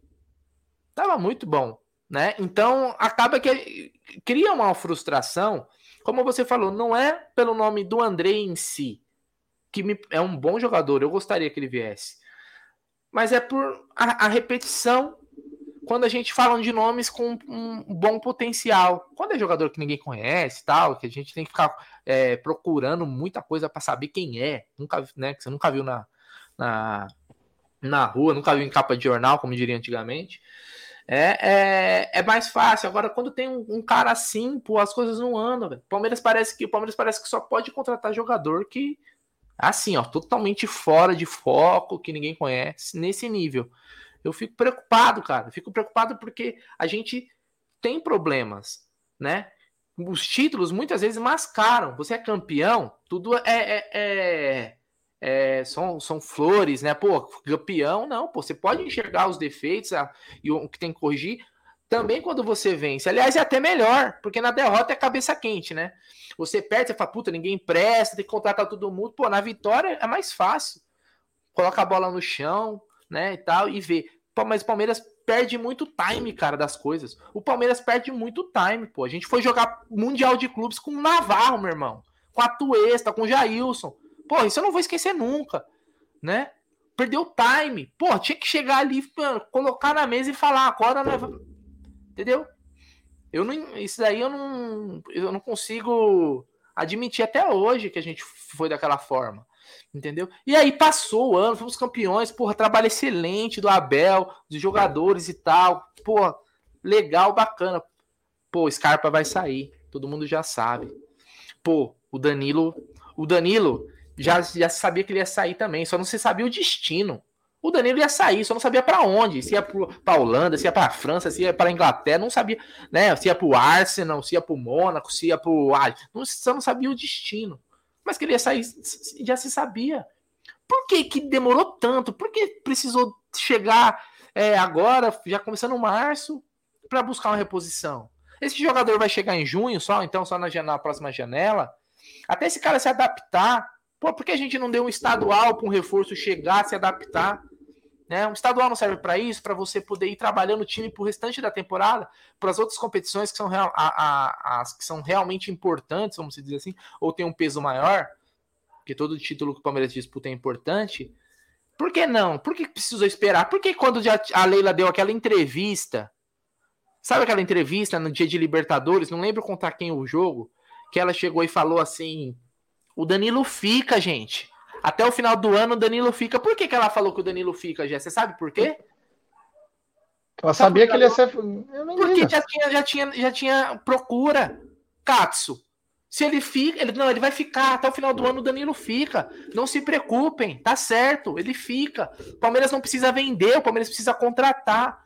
Tava muito bom, né? Então acaba que cria uma frustração, como você falou, não é pelo nome do Andrei em si, que me, é um bom jogador, eu gostaria que ele viesse. Mas é por a, a repetição, quando a gente fala de nomes com um bom potencial. Quando é jogador que ninguém conhece, tal, que a gente tem que ficar é, procurando muita coisa para saber quem é, nunca, né, que você nunca viu na, na, na rua, nunca viu em capa de jornal, como diria antigamente, é, é, é mais fácil. Agora, quando tem um, um cara assim, pô, as coisas não andam. Véio. Palmeiras parece que o Palmeiras parece que só pode contratar jogador que assim, ó, totalmente fora de foco, que ninguém conhece, nesse nível. Eu fico preocupado, cara. Eu fico preocupado porque a gente tem problemas, né? Os títulos muitas vezes mascaram. Você é campeão, tudo é, é, é, é são, são flores, né? Pô, campeão, não, pô, você pode enxergar os defeitos a, e o que tem que corrigir também quando você vence. Aliás, é até melhor, porque na derrota é cabeça quente, né? Você perde, você fala, puta, ninguém presta, tem que contratar todo mundo. Pô, na vitória é mais fácil. Coloca a bola no chão, né, e tal, e vê. Mas o Palmeiras perde muito time, cara, das coisas. O Palmeiras perde muito time, pô. A gente foi jogar Mundial de Clubes com o Navarro, meu irmão. Com a Tuesta, com o Jailson. Pô, isso eu não vou esquecer nunca, né? Perdeu time. Pô, tinha que chegar ali, mano, colocar na mesa e falar, agora, né? Entendeu? Eu não, isso daí eu não, eu não consigo admitir até hoje que a gente foi daquela forma. Entendeu? E aí passou o ano, fomos campeões, porra, trabalho excelente do Abel, dos jogadores e tal, porra, legal, bacana. Pô, Scarpa vai sair, todo mundo já sabe. Pô, o Danilo, o Danilo já, já sabia que ele ia sair também, só não se sabia o destino. O Danilo ia sair, só não sabia pra onde, se ia pra Holanda, se ia pra França, se ia pra Inglaterra, não sabia, né, se ia pro Arsenal, se ia pro Mônaco, se ia pro... Ah, não, só não sabia o destino. Mas que ele ia sair, já se sabia. Por que que demorou tanto? Por que precisou chegar é, agora, já começando março, para buscar uma reposição? Esse jogador vai chegar em junho só, então só na, na próxima janela? Até esse cara se adaptar. Pô, por que a gente não deu um estadual para um reforço chegar, se adaptar? Né? Um estadual não serve para isso, para você poder ir trabalhando o time para o restante da temporada, para as outras competições que são, real, a, a, as que são realmente importantes, vamos dizer assim, ou tem um peso maior, porque todo título que o Palmeiras disputa é importante. Por que não? Por que precisou esperar? Por que quando já a Leila deu aquela entrevista, sabe aquela entrevista no dia de Libertadores, não lembro contar quem o jogo, que ela chegou e falou assim, o Danilo fica, gente. Até o final do ano o Danilo fica. Por que que ela falou que o Danilo fica, Jé? Você sabe por quê? Ela sabe sabia que ele ia ser... Porque já tinha, já, tinha, já tinha procura. Katsu. Se ele fica... Ele, não, ele vai ficar. Até o final do ano o Danilo fica. Não se preocupem. Tá certo. Ele fica. O Palmeiras não precisa vender. O Palmeiras precisa contratar.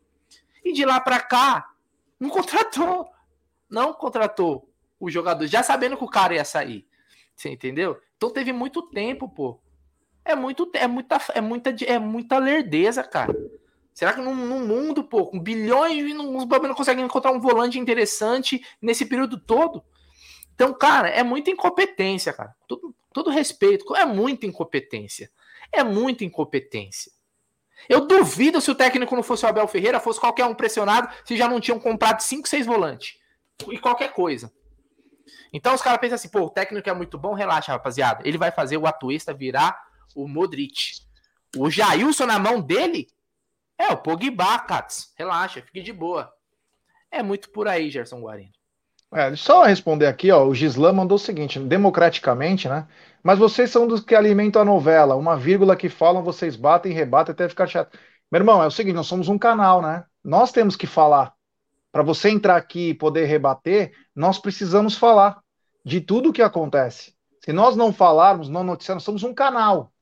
E de lá pra cá, não contratou. Não contratou o jogador. Já sabendo que o cara ia sair. Você entendeu? Então teve muito tempo, pô. É muito, é muita, é muita, é muita lerdeza, cara. Será que num, num mundo, pô, com bilhões, os Palmeiras não conseguem encontrar um volante interessante nesse período todo? Então, cara, é muita incompetência, cara. Todo, todo respeito, é muita incompetência. É muita incompetência. Eu duvido se o técnico não fosse o Abel Ferreira, fosse qualquer um pressionado, se já não tinham comprado cinco, seis volantes. E qualquer coisa. Então os caras pensam assim, pô, o técnico é muito bom, relaxa, rapaziada. Ele vai fazer o Atuesta virar o Modric. O Jailson na mão dele é o Pogba, Katz. Relaxa, fique de boa. É muito por aí, Gerson Guarino. É, só responder aqui, ó, o Gislan mandou o seguinte, democraticamente, né? Mas vocês são dos que alimentam a novela, uma vírgula que falam, vocês batem, rebatem até ficar chato. Meu irmão, é o seguinte, nós somos um canal, né? Nós temos que falar. Para você entrar aqui e poder rebater, nós precisamos falar de tudo o que acontece. Se nós não falarmos, não noticiarmos, somos um canal.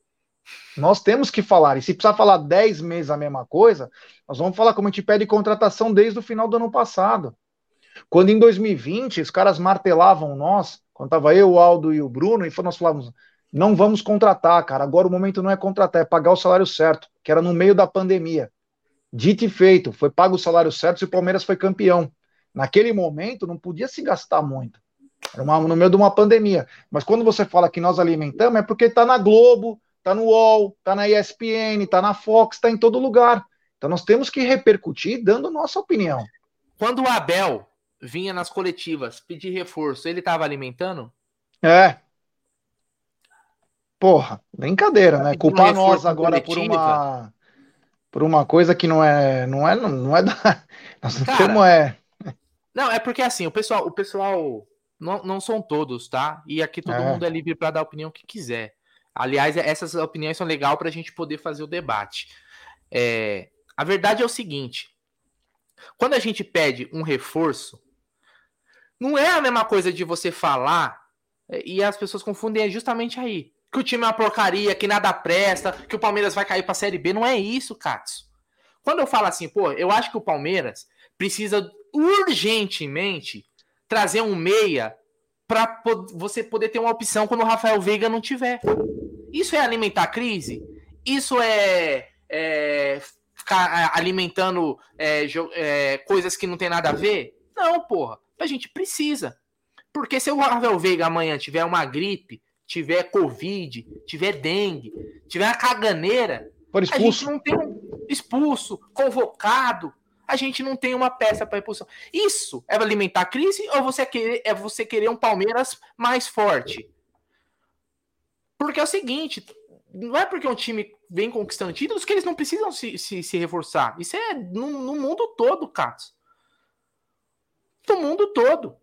Nós temos que falar. E se precisar falar dez meses a mesma coisa, nós vamos falar como a gente pede contratação desde o final do ano passado. Quando em dois mil e vinte os caras martelavam nós, quando estava eu, o Aldo e o Bruno, e nós falávamos, não vamos contratar, cara. Agora o momento não é contratar, é pagar o salário certo, que era no meio da pandemia. Dito e feito, foi pago o salário certo e o Palmeiras foi campeão. Naquele momento não podia se gastar muito. Era uma, no meio de uma pandemia. Mas quando você fala que nós alimentamos, é porque está na Globo, está no U O L, está na E S P N, está na Fox, está em todo lugar. Então nós temos que repercutir dando nossa opinião. Quando o Abel vinha nas coletivas pedir reforço, ele estava alimentando? É. Porra, brincadeira, né? Culpar um nós agora coletiva. por uma... por uma coisa que não é, não é, não é da, nós não Cara, temos é. Não, é porque assim, o pessoal, o pessoal não, não são todos, tá? E aqui todo é. mundo é livre para dar a opinião que quiser. Aliás, essas opiniões são legais para a gente poder fazer o debate. É, a verdade é o seguinte: quando a gente pede um reforço, não é a mesma coisa de você falar e as pessoas confundem justamente aí. Que o time é uma porcaria, que nada presta, que o Palmeiras vai cair pra Série B. Não é isso, Katsu. Quando eu falo assim, pô, eu acho que o Palmeiras precisa urgentemente trazer um meia pra você poder ter uma opção quando o Rafael Veiga não tiver. Isso é alimentar a crise? Isso é, é ficar alimentando é, é, coisas que não tem nada a ver? Não, porra. A gente precisa. Porque se o Rafael Veiga amanhã tiver uma gripe, tiver Covid, tiver dengue, tiver uma caganeira, For expulso. a gente não tem, expulso, convocado. A gente não tem uma peça para expulsão. Isso é alimentar a crise ou você querer, é você querer um Palmeiras mais forte? Porque é o seguinte, não é porque um time vem conquistando títulos que eles não precisam se, se, se reforçar. Isso é no, no mundo todo, Catos. No mundo todo.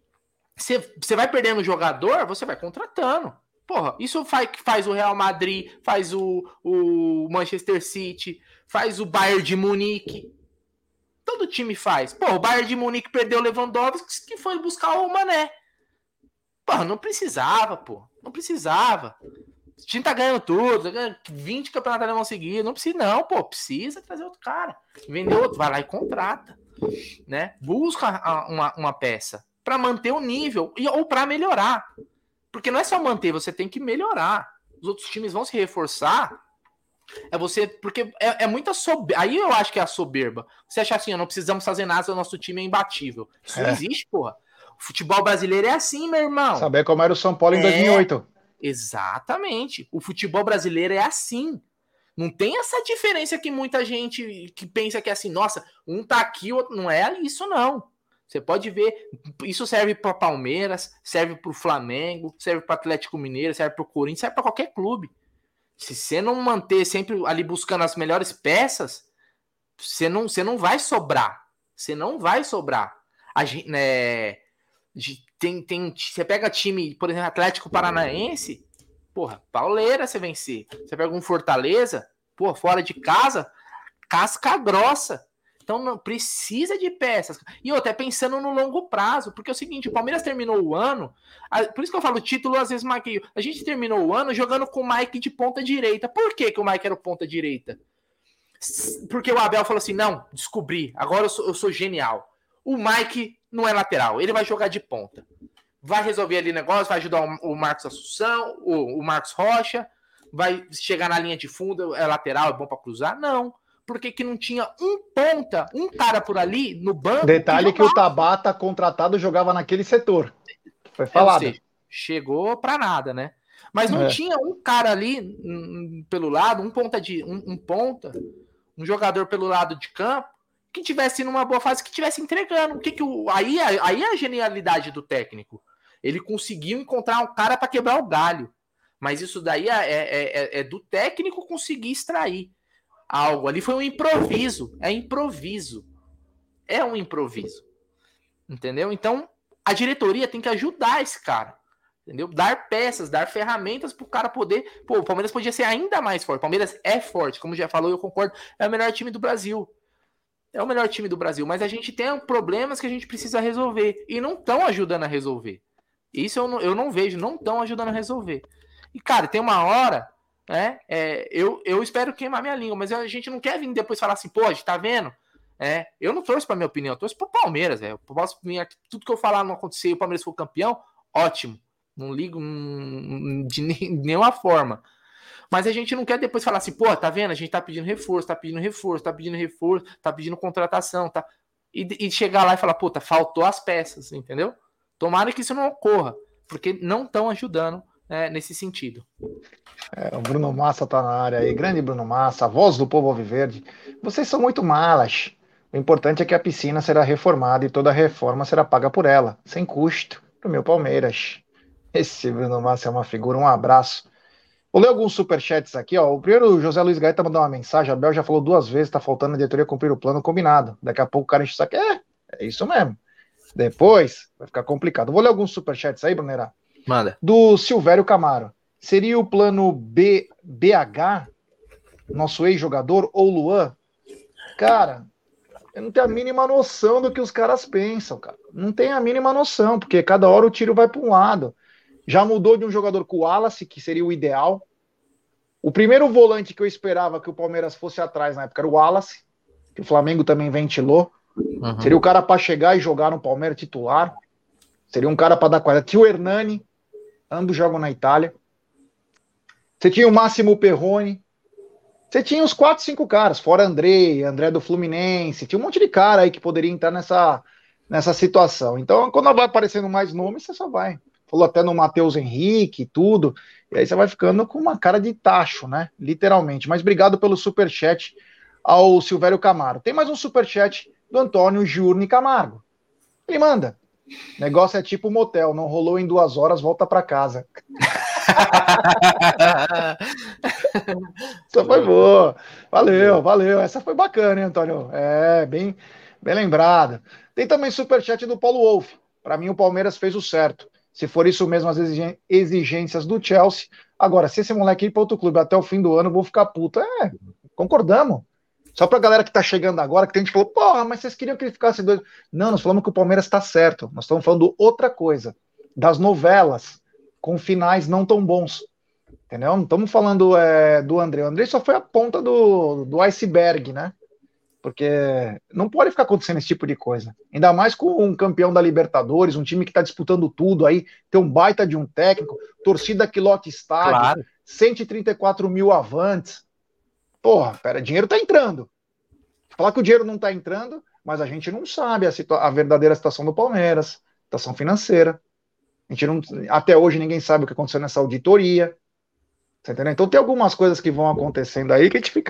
Você vai perdendo jogador, você vai contratando. Porra, isso faz, faz o Real Madrid, faz o, o Manchester City, faz o Bayern de Munique. Todo time faz. Pô, o Bayern de Munique perdeu o Lewandowski que foi buscar o Mané. Pô, não precisava, pô. Não precisava. O time tá ganhando tudo, tá ganhando vinte campeonatos alemão seguidos. Não precisa, não, pô. Precisa trazer outro cara. Vender outro, vai lá e contrata. Né? Busca uma, uma peça para manter o nível ou para melhorar. Porque não é só manter, você tem que melhorar. Os outros times vão se reforçar. É você, porque é, é muita soberba. Aí eu acho que é a soberba. Você acha assim, ó, não precisamos fazer nada, o nosso time é imbatível. Isso é. Não existe, porra. O futebol brasileiro é assim, meu irmão. Saber como era o São Paulo em é, dois mil e oito. Exatamente. O futebol brasileiro é assim. Não tem essa diferença que muita gente que pensa que é assim, nossa, um tá aqui, o outro não é isso, não. Você pode ver, isso serve para Palmeiras, serve para o Flamengo, serve para Atlético Mineiro, serve para o Corinthians, serve para qualquer clube. Se você não manter sempre ali buscando as melhores peças, você não, você não vai sobrar. Você não vai sobrar. A gente, né, tem, tem, você pega time, por exemplo, Atlético Paranaense, porra, pauleira você vencer. Você pega um Fortaleza, porra, fora de casa, casca grossa. Então não precisa de peças. E eu até pensando no longo prazo, porque é o seguinte, o Palmeiras terminou o ano, por isso que eu falo título, às vezes maqueio. A gente terminou o ano jogando com o Mike de ponta direita. Por que, que o Mike era o ponta direita? Porque o Abel falou assim, não, descobri, agora eu sou, eu sou genial. O Mike não é lateral, ele vai jogar de ponta. Vai resolver ali negócio, vai ajudar o, o Marcos Assunção, o, o Marcos Rocha, vai chegar na linha de fundo, é lateral, é bom para cruzar? Não. Porque que não tinha um ponta, um cara por ali no banco. Detalhe que, que o Tabata contratado jogava naquele setor. Foi falado. É, ou seja, chegou pra nada, né? Mas não é. tinha um cara ali um, pelo lado, um ponta de um, um ponta, um jogador pelo lado de campo que tivesse numa boa fase, que tivesse entregando. O que que o aí aí é a genialidade do técnico. Ele conseguiu encontrar um cara para quebrar o galho. Mas isso daí é, é, é, é do técnico conseguir extrair algo. Ali foi um improviso. É improviso. É um improviso. Entendeu? Então, a diretoria tem que ajudar esse cara. Entendeu? Dar peças, dar ferramentas pro cara poder... Pô, o Palmeiras podia ser ainda mais forte. O Palmeiras é forte, como já falou, eu concordo. É o melhor time do Brasil. É o melhor time do Brasil. Mas a gente tem problemas que a gente precisa resolver. E não estão ajudando a resolver. Isso eu não, eu não vejo. Não estão ajudando a resolver. E, cara, tem uma hora... É, é, eu, eu espero queimar minha língua, mas a gente não quer vir depois falar assim, pô, a gente tá vendo? É, eu não torço pra minha opinião, eu torço pro Palmeiras, velho. Posso vir aqui, tudo que eu falar não acontecer e o Palmeiras for campeão, ótimo. Não ligo hum, de nenhuma forma. Mas a gente não quer depois falar assim, pô, tá vendo? A gente tá pedindo reforço, tá pedindo reforço, tá pedindo reforço, tá pedindo contratação, tá. E, e chegar lá e falar, puta, faltou as peças, entendeu? Tomara que isso não ocorra, porque não estão ajudando. É, nesse sentido. É, o Bruno Massa tá na área aí, grande Bruno Massa, a voz do povo alviverde. Vocês são muito malas. O importante é que a piscina será reformada e toda a reforma será paga por ela, sem custo, pro meu Palmeiras. Esse Bruno Massa é uma figura, um abraço. Vou ler alguns superchats aqui, ó. O primeiro, o José Luiz Gaeta mandou uma mensagem, a Bel já falou duas vezes, tá faltando a diretoria cumprir o plano combinado. Daqui a pouco o cara enche o saco. É, é isso mesmo. Depois vai ficar complicado. Vou ler alguns superchats aí, Brunerá. Manda. Do Silvério Camaro. Seria o plano B, BH, nosso ex-jogador, ou Luan? Cara, eu não tenho a mínima noção do que os caras pensam, cara. Não tenho a mínima noção, porque cada hora o tiro vai para um lado. Já mudou de um jogador com o Wallace, que seria o ideal. O primeiro volante que eu esperava que o Palmeiras fosse atrás na época era o Wallace, que o Flamengo também ventilou. Uhum. Seria o cara para chegar e jogar no Palmeiras titular. Seria um cara para dar quadra. Tinha o Hernani, ambos jogam na Itália. Você tinha o Máximo Perrone. Você tinha os quatro, cinco caras, fora André, André do Fluminense. Tinha um monte de cara aí que poderia entrar nessa, nessa situação. Então, quando vai aparecendo mais nomes, você só vai. Falou até no Matheus Henrique e tudo. E aí você vai ficando com uma cara de tacho, né? Literalmente. Mas obrigado pelo superchat ao Silvério Camargo. Tem mais um superchat do Antônio Giurni Camargo. Ele manda. Negócio é tipo motel, não rolou em duas horas, volta para casa. Essa foi boa. Valeu, valeu. Essa foi bacana, hein, Antônio? É, bem, bem lembrado. Tem também superchat do Paulo Wolff. Para mim, o Palmeiras fez o certo. Se for isso mesmo, as exigências do Chelsea. Agora, se esse moleque ir para outro clube até o fim do ano, eu vou ficar puto. É, concordamos. Só pra galera que tá chegando agora, que tem gente que falou, porra, mas vocês queriam que ele ficasse doido. Não, nós falamos que o Palmeiras tá certo. Nós estamos falando outra coisa. Das novelas, com finais não tão bons. Entendeu? Não estamos falando é, do André. O André só foi a ponta do, do iceberg, né? Porque não pode ficar acontecendo esse tipo de coisa. Ainda mais com um campeão da Libertadores, um time que tá disputando tudo aí, tem um baita de um técnico, torcida que lota estádio, Claro. cento e trinta e quatro mil avantes. Porra, pera, dinheiro tá entrando. Falar que o dinheiro não tá entrando, mas a gente não sabe a, situa- a verdadeira situação do Palmeiras, situação financeira. A gente não, até hoje ninguém sabe o que aconteceu nessa auditoria. Você entendeu? Então tem algumas coisas que vão acontecendo aí que a gente fica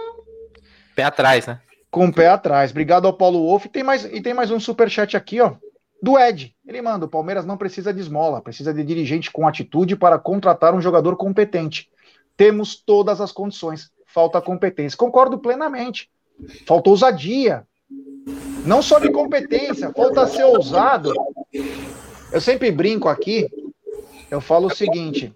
Pé atrás, né? com o pé atrás. Obrigado ao Paulo Wolff. E tem mais, e tem mais um superchat aqui, ó, do Ed. Ele manda: o Palmeiras não precisa de esmola, precisa de dirigente com atitude para contratar um jogador competente. Temos todas as condições. Falta competência. Concordo plenamente. Falta ousadia. Não só de competência, falta ser ousado. Eu sempre brinco aqui, eu falo o seguinte: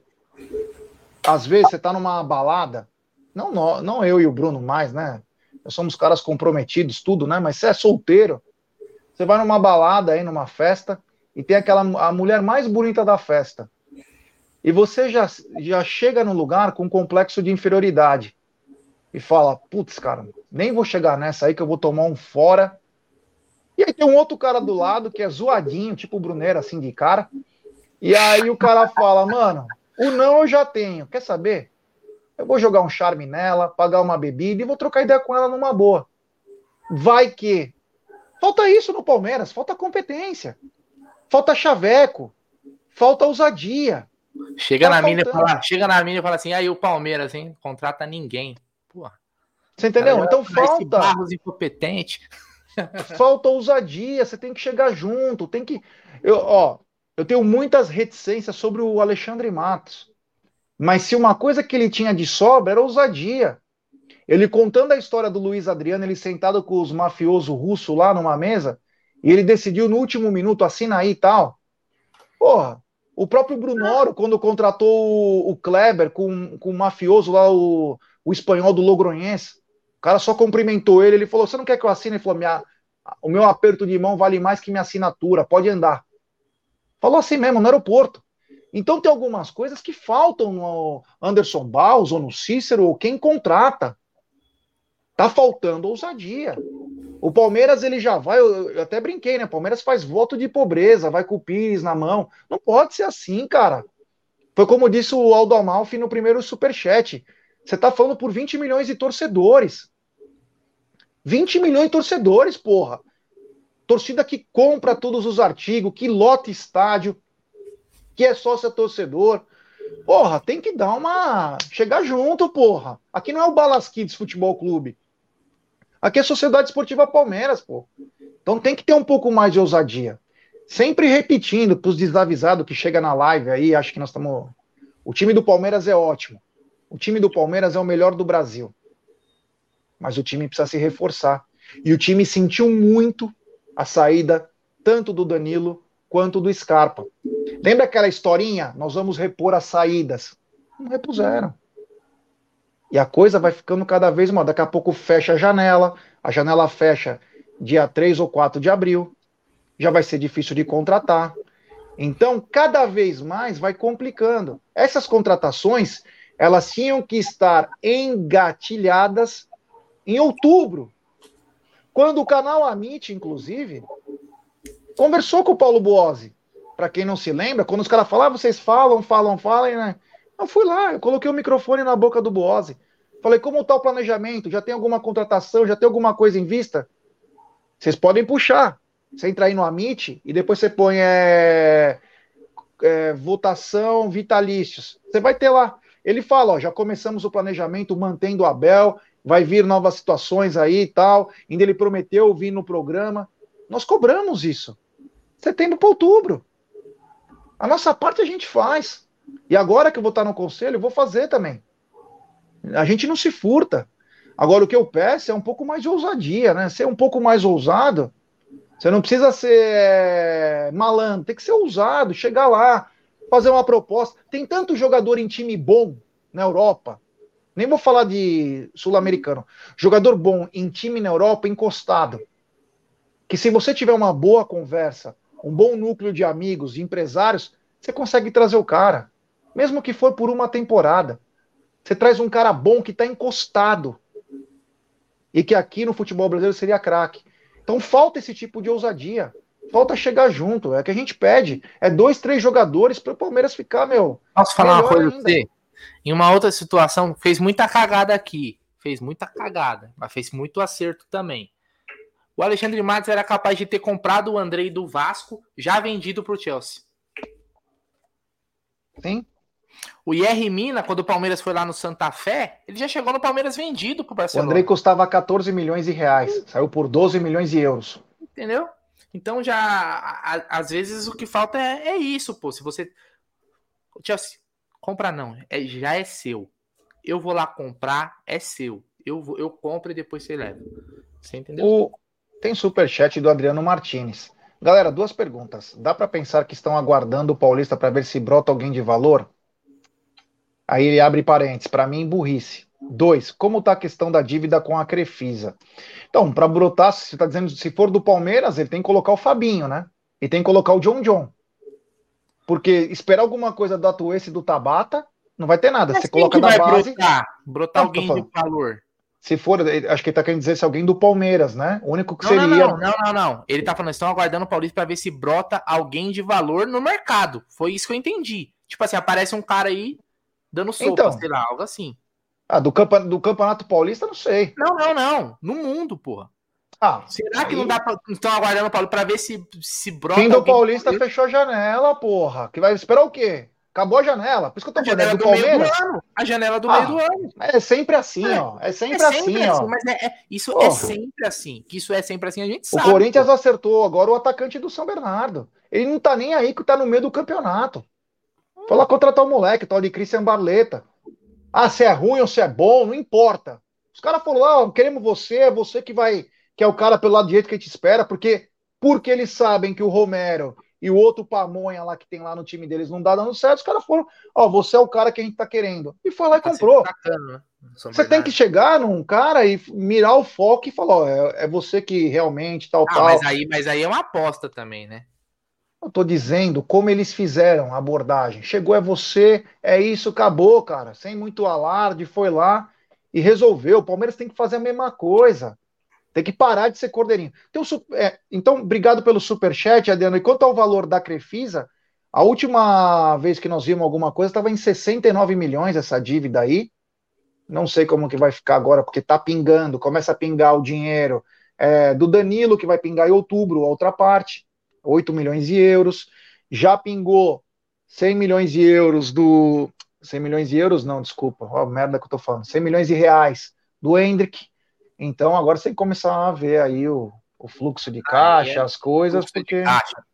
às vezes você tá numa balada, não, nó- não eu e o Bruno mais, né? Nós somos caras comprometidos, tudo, né? Mas você é solteiro, você vai numa balada aí, numa festa, e tem aquela a mulher mais bonita da festa. E você já, já chega no lugar com um complexo de inferioridade. E fala, putz, cara, nem vou chegar nessa aí que eu vou tomar um fora. E aí tem um outro cara do lado que é zoadinho, tipo o Brunero, assim, de cara. E aí o cara fala, mano, o não eu já tenho, quer saber? Eu vou jogar um charme nela, pagar uma bebida e vou trocar ideia com ela numa boa. Vai que... Falta isso no Palmeiras, falta competência, falta chaveco, falta ousadia. Chega Tá na mina e faltando. fala, chega na mina e fala assim, aí o Palmeiras, hein? Contrata ninguém. Porra. Você entendeu? Cara, Então esse falta, Barros incompetente. falta ousadia, você tem que chegar junto, tem que... Eu, ó, eu tenho muitas reticências sobre o Alexandre Matos, mas se uma coisa que ele tinha de sobra era ousadia. Ele contando a história do Luiz Adriano, ele sentado com os mafiosos russos lá numa mesa, e ele decidiu no último minuto, assina aí e tal. Porra, o próprio Brunoro, quando contratou o, o Kleber com, com o mafioso lá, o, o espanhol do Logronhense, o cara só cumprimentou ele, ele falou, você não quer que eu assine? Ele falou, minha, o meu aperto de mão vale mais que minha assinatura, pode andar. Falou assim mesmo, no aeroporto. Então tem algumas coisas que faltam no Anderson Barros ou no Cícero, ou quem contrata. Tá faltando ousadia. O Palmeiras, ele já vai, eu, eu até brinquei, né? O Palmeiras faz voto de pobreza, vai com o Pires na mão. Não pode ser assim, cara. Foi como disse o Aldo Amalfi no primeiro superchat. Você tá falando por vinte milhões de torcedores. vinte milhões de torcedores, porra. Torcida que compra todos os artigos, que lota estádio, que é sócio torcedor. Porra, tem que dar uma... chegar junto, porra. Aqui não é o Balas Kids Futebol Clube. Aqui é Sociedade Esportiva Palmeiras, pô. Então tem que ter um pouco mais de ousadia. Sempre repetindo para os desavisados que chega na live aí, acho que nós estamos... O time do Palmeiras é ótimo. O time do Palmeiras é o melhor do Brasil. Mas o time precisa se reforçar. E o time sentiu muito a saída tanto do Danilo quanto do Scarpa. Lembra aquela historinha? Nós vamos repor as saídas. Não repuseram. E a coisa vai ficando cada vez maior. Daqui a pouco fecha a janela. A janela fecha dia três ou quatro de abril. Já vai ser difícil de contratar. Então, cada vez mais vai complicando. Essas contratações, elas tinham que estar engatilhadas em outubro. Quando o canal Amit, inclusive, conversou com o Paulo Boazzi. Para quem não se lembra, quando os caras falavam, ah, vocês falam, falam, falam, né? Eu fui lá, eu coloquei o microfone na boca do Boazzi. Falei, como está o planejamento? Já tem alguma contratação? Já tem alguma coisa em vista? Vocês podem puxar. Você entra aí no Amit e depois você põe é, é, votação vitalícios. Você vai ter lá. Ele fala, ó, já começamos o planejamento mantendo o Abel vai vir novas situações aí e tal, ainda ele prometeu vir no programa. Nós cobramos isso. Setembro para outubro. A nossa parte a gente faz. E agora que eu vou estar no conselho, eu vou fazer também. A gente não se furta. Agora, o que eu peço é um pouco mais de ousadia, né? Ser um pouco mais ousado. Você não precisa ser malandro, tem que ser ousado, chegar lá, fazer uma proposta. Tem tanto jogador em time bom na Europa. Nem vou falar de sul-americano. Jogador bom em time na Europa encostado. Que se você tiver uma boa conversa, um bom núcleo de amigos, de empresários, você consegue trazer o cara. Mesmo que for por uma temporada. Você traz um cara bom que está encostado. E que aqui no futebol brasileiro seria craque. Então falta esse tipo de ousadia. Falta chegar junto. É o que a gente pede. É dois, três jogadores para o Palmeiras ficar, meu. Posso falar uma coisa pra você? Em uma outra situação, fez muita cagada aqui. Fez muita cagada, mas fez muito acerto também. O Alexandre Matos era capaz de ter comprado o Andrei do Vasco, já vendido pro Chelsea. Sim. O Yerry Mina, quando o Palmeiras foi lá no Santa Fé, ele já chegou no Palmeiras vendido pro Barcelona. O Andrei custava catorze milhões de reais. Saiu por doze milhões de euros. Entendeu? Então já, a, às vezes o que falta é, é isso, pô. Se você... Chelsea, compra não, é, já é seu. Eu vou lá comprar, é seu. Eu, vou, eu compro e depois você leva. Você entendeu? O... Tem superchat do Adriano Martins. Galera, duas perguntas. Dá para pensar que estão aguardando o Paulista para ver se brota alguém de valor? Aí ele abre parênteses. Para mim, burrice. Dois, como está a questão da dívida com a Crefisa? Então, para brotar, você está dizendo, se for do Palmeiras, ele tem que colocar o Fabinho, né? E tem que colocar o John John. Porque esperar alguma coisa do Atuesta e do Tabata, não vai ter nada. Mas você quem coloca que na vai base. brotar? Brotar Não, alguém de valor. Se for, acho que ele tá querendo dizer se alguém do Palmeiras, né? O único que Não, seria. não, não, não, não, não. Ele tá falando, estão aguardando o Paulista para ver se brota alguém de valor no mercado. Foi isso que eu entendi. Tipo assim, aparece um cara aí dando sopa, Então, sei lá, algo assim. Ah, do, campa, do Campeonato Paulista, não sei. Não, não, não. No mundo, porra. Ah, Será aí... que não dá pra. Estão aguardando o Paulo pra ver se, se brota Quem do alguém Paulista fechou a janela, porra. Que vai esperar o quê? Acabou a janela. Por isso que eu tô a falando, é janela do, do meio do Palmeiras. ano. A janela do Ah, meio do ano. é sempre assim, É, ó. É sempre, é sempre assim, assim, ó. mas é, é- isso Porra. é sempre assim. Que isso é sempre assim, a gente O sabe. Corinthians Pô. acertou agora o atacante do São Bernardo. Ele não tá nem aí que tá no meio do campeonato. Foi lá contratar o moleque, tal de Christian Barleta. Ah, se é ruim ou se é bom, não importa. Os caras falaram lá, ah, queremos você, é você que vai, que é o cara pelo lado direito que a gente espera, porque, porque eles sabem que o Romero e o outro Pamonha lá que tem lá no time deles não dá dando certo, os caras foram, ó, você é o cara que a gente tá querendo. E foi lá e Tá se comprou. destacando, né? Você tem que chegar num cara e mirar o foco e falar, ó, é, é você que realmente tal, Ah, tal. mas aí, mas aí é uma aposta também, né? Eu tô dizendo como eles fizeram a abordagem. Chegou, é você, é isso, acabou, cara. Sem muito alarde, foi lá e resolveu. O Palmeiras tem que fazer a mesma coisa. Tem que parar de ser cordeirinho. Então, é, então obrigado pelo superchat, Adriano. E quanto ao valor da Crefisa, a última vez que nós vimos alguma coisa estava em sessenta e nove milhões essa dívida aí. Não sei como que vai ficar agora, porque tá pingando, começa a pingar o dinheiro é, do Danilo, que vai pingar em outubro, a outra parte, oito milhões de euros. Já pingou cem milhões de euros do. cem milhões de euros, não, desculpa, ó, merda que eu tô falando. cem milhões de reais do Hendrick. Então agora você tem que começar a ver aí o, o fluxo de caixa, é as coisas, fluxo de porque. caixa.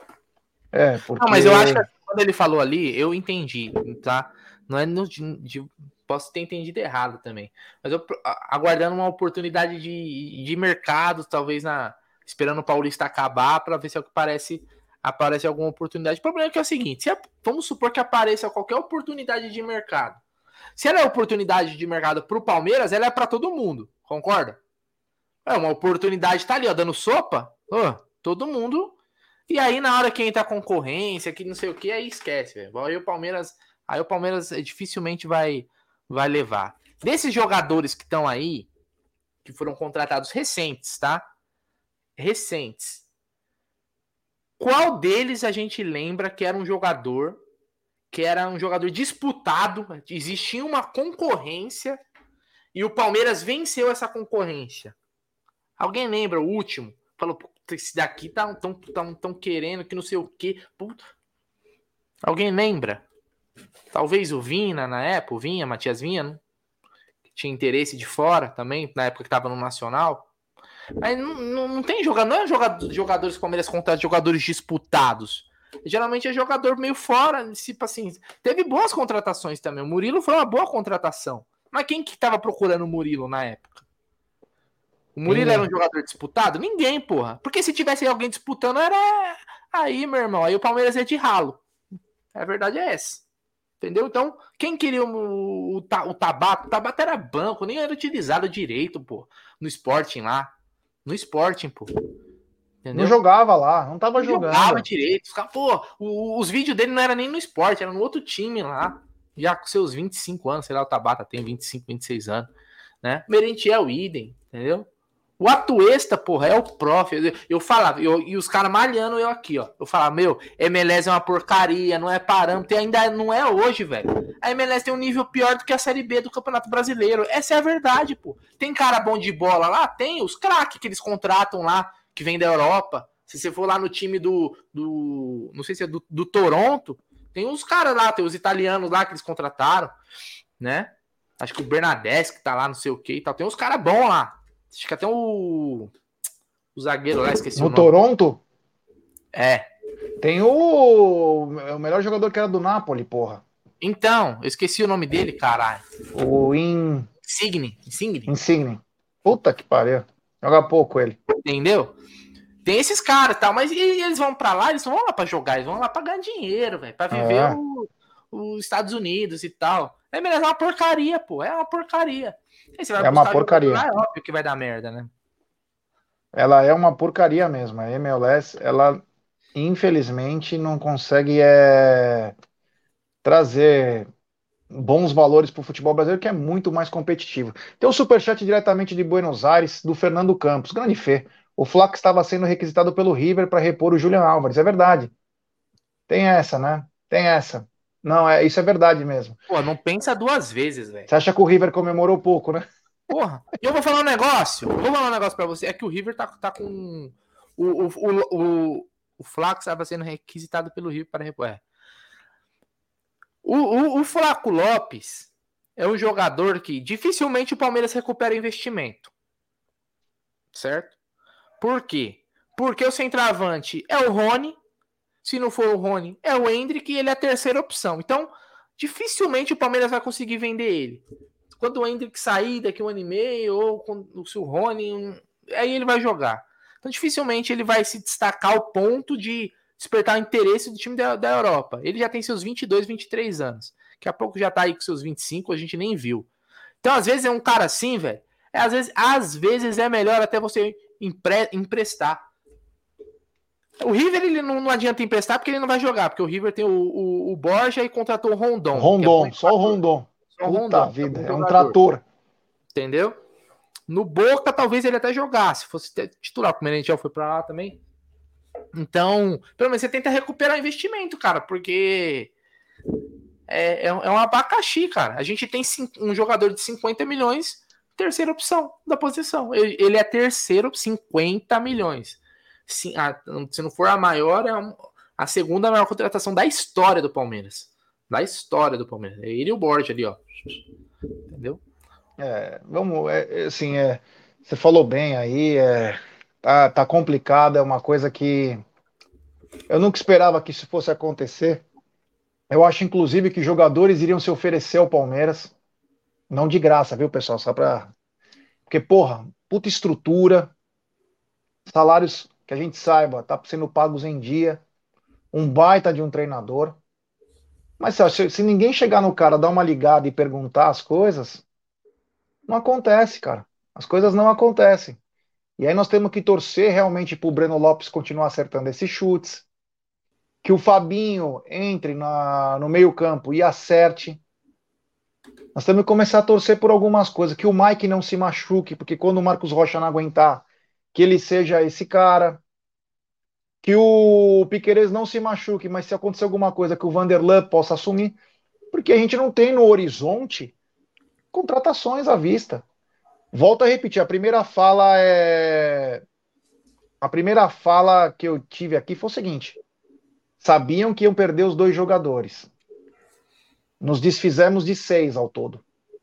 É, porque. Não, mas eu acho que quando ele falou ali, eu entendi, tá? Não é no, de, posso ter entendido errado também. Mas eu aguardando uma oportunidade de, de mercado, talvez na esperando o Paulista acabar para ver se é o que parece aparece alguma oportunidade. O problema é que é o seguinte, se, vamos supor que apareça qualquer oportunidade de mercado. Se ela é oportunidade de mercado para o Palmeiras, ela é para todo mundo, concorda? É uma oportunidade, tá ali, ó, dando sopa, ó, todo mundo. E aí, na hora que entra a concorrência, que não sei o que, aí esquece, velho. Aí o Palmeiras, aí o Palmeiras dificilmente vai, vai levar. Desses jogadores que estão aí, que foram contratados recentes, tá? Recentes. Qual deles a gente lembra que era um jogador, que era um jogador disputado, existia uma concorrência e o Palmeiras venceu essa concorrência? Alguém lembra o último? Falou, esse daqui tá tão, tão, tão querendo que não sei o quê. Puta. Alguém lembra? Talvez o Vina na época, o Vinha, Matias Vinha, não? tinha interesse de fora também, na época que tava no Nacional. Aí não, não, não tem jogador, não é jogador, jogadores que o Palmeiras contrata jogadores disputados. Geralmente é jogador meio fora, tipo assim, teve boas contratações também. O Murilo foi uma boa contratação. Mas quem que tava procurando o Murilo na época? O Murilo Ninguém. era um jogador disputado? Ninguém, porra. Porque se tivesse alguém disputando, era aí, meu irmão. Aí o Palmeiras é de ralo. A verdade é essa. Entendeu? Então, quem queria o, o, o Tabata? O Tabata era banco, nem era utilizado direito, pô. No Sporting lá. No Sporting, pô. Entendeu? Não jogava lá, não tava não jogando. Jogava direito. Pô, os vídeos dele não era nem no Sport, era no outro time lá. Já com seus vinte e cinco anos, sei lá, o Tabata tem vinte e cinco, vinte e seis anos. Né? Merentiel, idem, entendeu? O Atuesta, porra, é o prof. Eu, eu falava, eu, e os caras malhando eu aqui, ó. Eu falava, meu, M L S é uma porcaria, não é parâmetro, e ainda não é hoje, velho. A M L S tem um nível pior do que a Série B do Campeonato Brasileiro. Essa é a verdade, pô. Tem cara bom de bola lá? Tem. Os craques que eles contratam lá, que vem da Europa. Se você for lá no time do. do não sei se é do, do Toronto, tem os caras lá, tem os italianos lá que eles contrataram, né? Acho que o Bernadette que tá lá, não sei o que e tal. Tem uns caras bons lá. Acho que até o, o zagueiro lá, esqueci no o nome. No Toronto? É. Tem o, o melhor jogador que era do Napoli, porra. Então, eu esqueci o nome dele, caralho. O In... Insigne. Insigne. Insigne. Puta que pariu. Joga pouco ele. Entendeu? Tem esses caras e tal, mas eles vão pra lá, eles não vão lá pra jogar, eles vão lá pra ganhar dinheiro, velho, pra viver É. o, os Estados Unidos e tal. É melhor, é uma porcaria, pô, é uma porcaria. Aí você vai É uma buscar porcaria. Lá, é óbvio que vai dar merda, né? Ela é uma porcaria mesmo. A M L S, ela infelizmente não consegue é, trazer bons valores para o futebol brasileiro, que é muito mais competitivo. Tem um superchat diretamente de Buenos Aires, do Fernando Campos. Grande fé. O Flaco estava sendo requisitado pelo River para repor o Julian Álvares. É verdade. Tem essa, né? Tem essa. Não, é, isso é verdade mesmo. Pô, não pensa duas vezes, velho. Você acha que o River comemorou pouco, né? Porra, e eu vou falar um negócio. Eu vou falar um negócio pra você. É que o River tá, tá com. O, o, o, o, o Flaco estava sendo requisitado pelo River para repor. É. O, o, o Flaco Lopes é um jogador que dificilmente o Palmeiras recupera investimento. Certo? Por quê? Porque o centroavante é o Rony. Se não for o Rony, é o Endrick e ele é a terceira opção. Então, dificilmente o Palmeiras vai conseguir vender ele. Quando o Endrick sair daqui um ano e meio, ou quando, se o Rony, um, aí ele vai jogar. Então, dificilmente ele vai se destacar ao ponto de despertar o interesse do time da, da Europa. Ele já tem seus vinte e dois, vinte e três anos. Daqui a pouco já tá aí com seus vinte e cinco, a gente nem viu. Então, às vezes é um cara assim, velho. É, às, vezes, às vezes é melhor até você empre, emprestar. O River ele não, não adianta emprestar porque ele não vai jogar, porque o River tem o, o, o Borja e contratou o Rondon. Rondon, é só o Rondon. Só o Puta Rondon, vida, é, é um trator. Entendeu? No Boca, talvez ele até jogasse, fosse titular, porque o Merentiel foi pra lá também. Então, pelo menos você tenta recuperar o investimento, cara, porque é, é, é um abacaxi, cara. A gente tem um jogador de cinquenta milhões, terceira opção da posição. Ele, ele é terceiro, cinquenta milhões. Se, a, se não for a maior, é a, a segunda maior contratação da história do Palmeiras. Da história do Palmeiras. É ele e o Borja ali, ó. Entendeu? É, vamos, é, assim, é, você falou bem aí, é, tá, tá complicado, é uma coisa que eu nunca esperava que isso fosse acontecer. Eu acho, inclusive, que jogadores iriam se oferecer ao Palmeiras, não de graça, viu, pessoal? Só pra. Porque, porra, puta estrutura, salários que a gente saiba, tá sendo pagos em dia, um baita de um treinador. Mas se, se ninguém chegar no cara, dar uma ligada e perguntar as coisas, não acontece, cara. As coisas não acontecem. E aí nós temos que torcer realmente para o Breno Lopes continuar acertando esses chutes, que o Fabinho entre na, no meio-campo e acerte. Nós temos que começar a torcer por algumas coisas, que o Mike não se machuque, porque quando o Marcos Rocha não aguentar, que ele seja esse cara. Que o Piquerez não se machuque, mas se acontecer alguma coisa, que o Vanderlan possa assumir, porque a gente não tem no horizonte contratações à vista. Volto a repetir, a primeira fala é a primeira fala que eu tive aqui foi o seguinte: sabiam que iam perder os dois jogadores. Nos desfizemos de seis ao todo.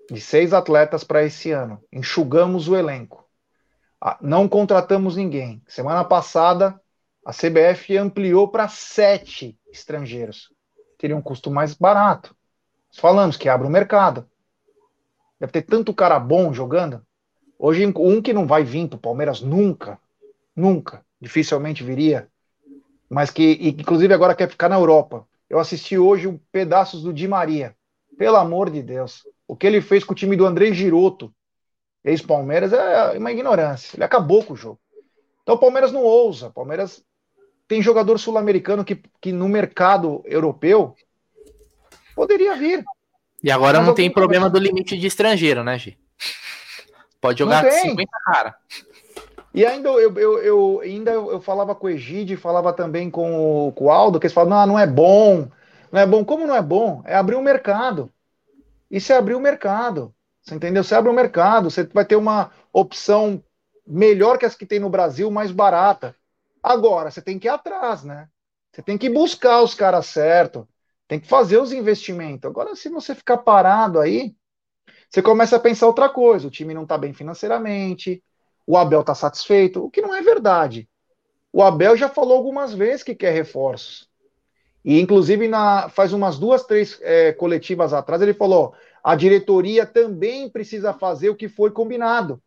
de seis atletas para esse ano. Enxugamos o elenco. Não contratamos ninguém. Semana passada, a C B F ampliou para sete estrangeiros. Teria um custo mais barato. Falamos que abre o mercado. Deve ter tanto cara bom jogando. Hoje, um que não vai vir para o Palmeiras nunca. Nunca. Dificilmente viria. Mas que, inclusive, agora quer ficar na Europa. Eu assisti hoje um pedaços do Di Maria. Pelo amor de Deus. O que ele fez com o time do André Giroto, ex-Palmeiras, é uma ignorância. Ele acabou com o jogo. Então o Palmeiras não ousa. O Palmeiras tem jogador sul-americano que, que no mercado europeu poderia vir. E agora Mas não tem problema começar... do limite de estrangeiro, né, Gi? Pode jogar cinquenta cara. E ainda eu, eu, eu, ainda eu falava com o Egide, falava também com o, com o Aldo, que eles falavam, não, não é bom. Não é bom. Como não é bom? É abrir o mercado. Isso é abrir o mercado. Você entendeu? Você abre o mercado, você vai ter uma opção melhor que as que tem no Brasil, mais barata. Agora, você tem que ir atrás, né? Você tem que buscar os caras certos, tem que fazer os investimentos. Agora, se você ficar parado aí, você começa a pensar outra coisa. O time não está bem financeiramente, o Abel está satisfeito, o que não é verdade. O Abel já falou algumas vezes que quer reforços. E, inclusive, na, faz umas duas, três é, coletivas atrás, ele falou: a diretoria também precisa fazer o que foi combinado.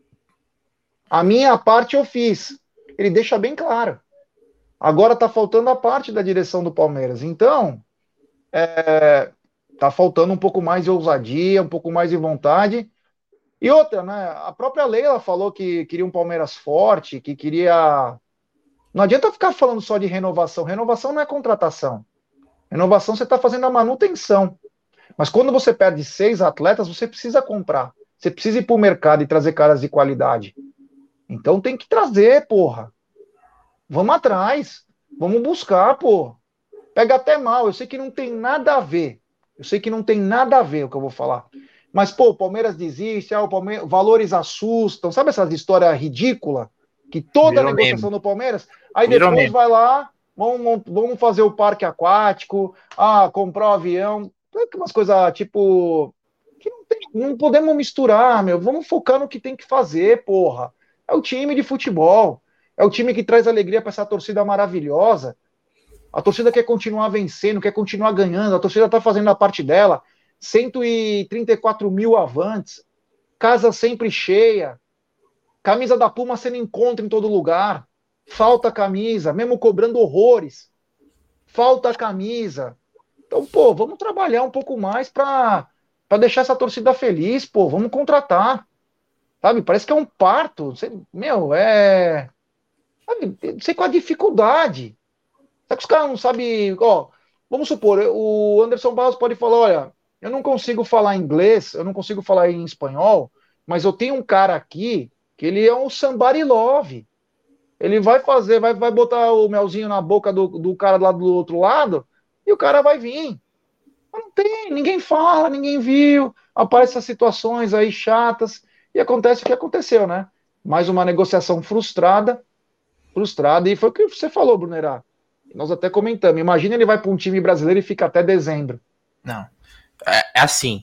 A minha parte eu fiz. Ele deixa bem claro. Agora está faltando a parte da direção do Palmeiras. Então, é, tá faltando um pouco mais de ousadia, um pouco mais de vontade. E outra, né? A própria Leila falou que queria um Palmeiras forte, que queria... Não adianta ficar falando só de renovação. Renovação não é contratação. Renovação você está fazendo a manutenção. Mas quando você perde seis atletas, você precisa comprar. Você precisa ir para o mercado e trazer caras de qualidade. Então tem que trazer, porra. Vamos atrás. Vamos buscar, porra. Pega até mal. Eu sei que não tem nada a ver. Eu sei que não tem nada a ver o que eu vou falar. Mas, pô, o Palmeiras desiste, ah, o Palmeiras... valores assustam. Sabe essas histórias ridículas? Que toda Virou negociação mesmo. do Palmeiras... Aí Virou depois mesmo. vai lá, vamos, vamos fazer o parque aquático, ah, comprar o um avião... Umas coisas, tipo... que não, tem, não podemos misturar, meu. Vamos focar no que tem que fazer, porra. É o time de futebol. É o time que traz alegria para essa torcida maravilhosa. A torcida quer continuar vencendo, quer continuar ganhando. A torcida tá fazendo a parte dela. cento e trinta e quatro mil avantes. Casa sempre cheia. Camisa da Puma você não encontra em todo lugar. Falta camisa, mesmo cobrando horrores. Falta camisa. Então, pô, vamos trabalhar um pouco mais para deixar essa torcida feliz, pô. Vamos contratar. Sabe? Parece que é um parto. Você, meu, é... Sabe? Não sei qual a dificuldade. Será que os caras não sabem... Ó, vamos supor, o Anderson Barros pode falar, olha, eu não consigo falar inglês, eu não consigo falar em espanhol, mas eu tenho um cara aqui que ele é um somebody love. Ele vai fazer, vai, vai botar o melzinho na boca do, do cara lá do outro lado e o cara vai vir. Mas não tem, ninguém fala, ninguém viu, aparecem essas situações aí chatas e acontece o que aconteceu, né? Mais uma negociação frustrada, frustrada, e foi o que você falou, Brunerá. Nós até comentamos, imagina ele vai para um time brasileiro e fica até dezembro. Não, é, é assim,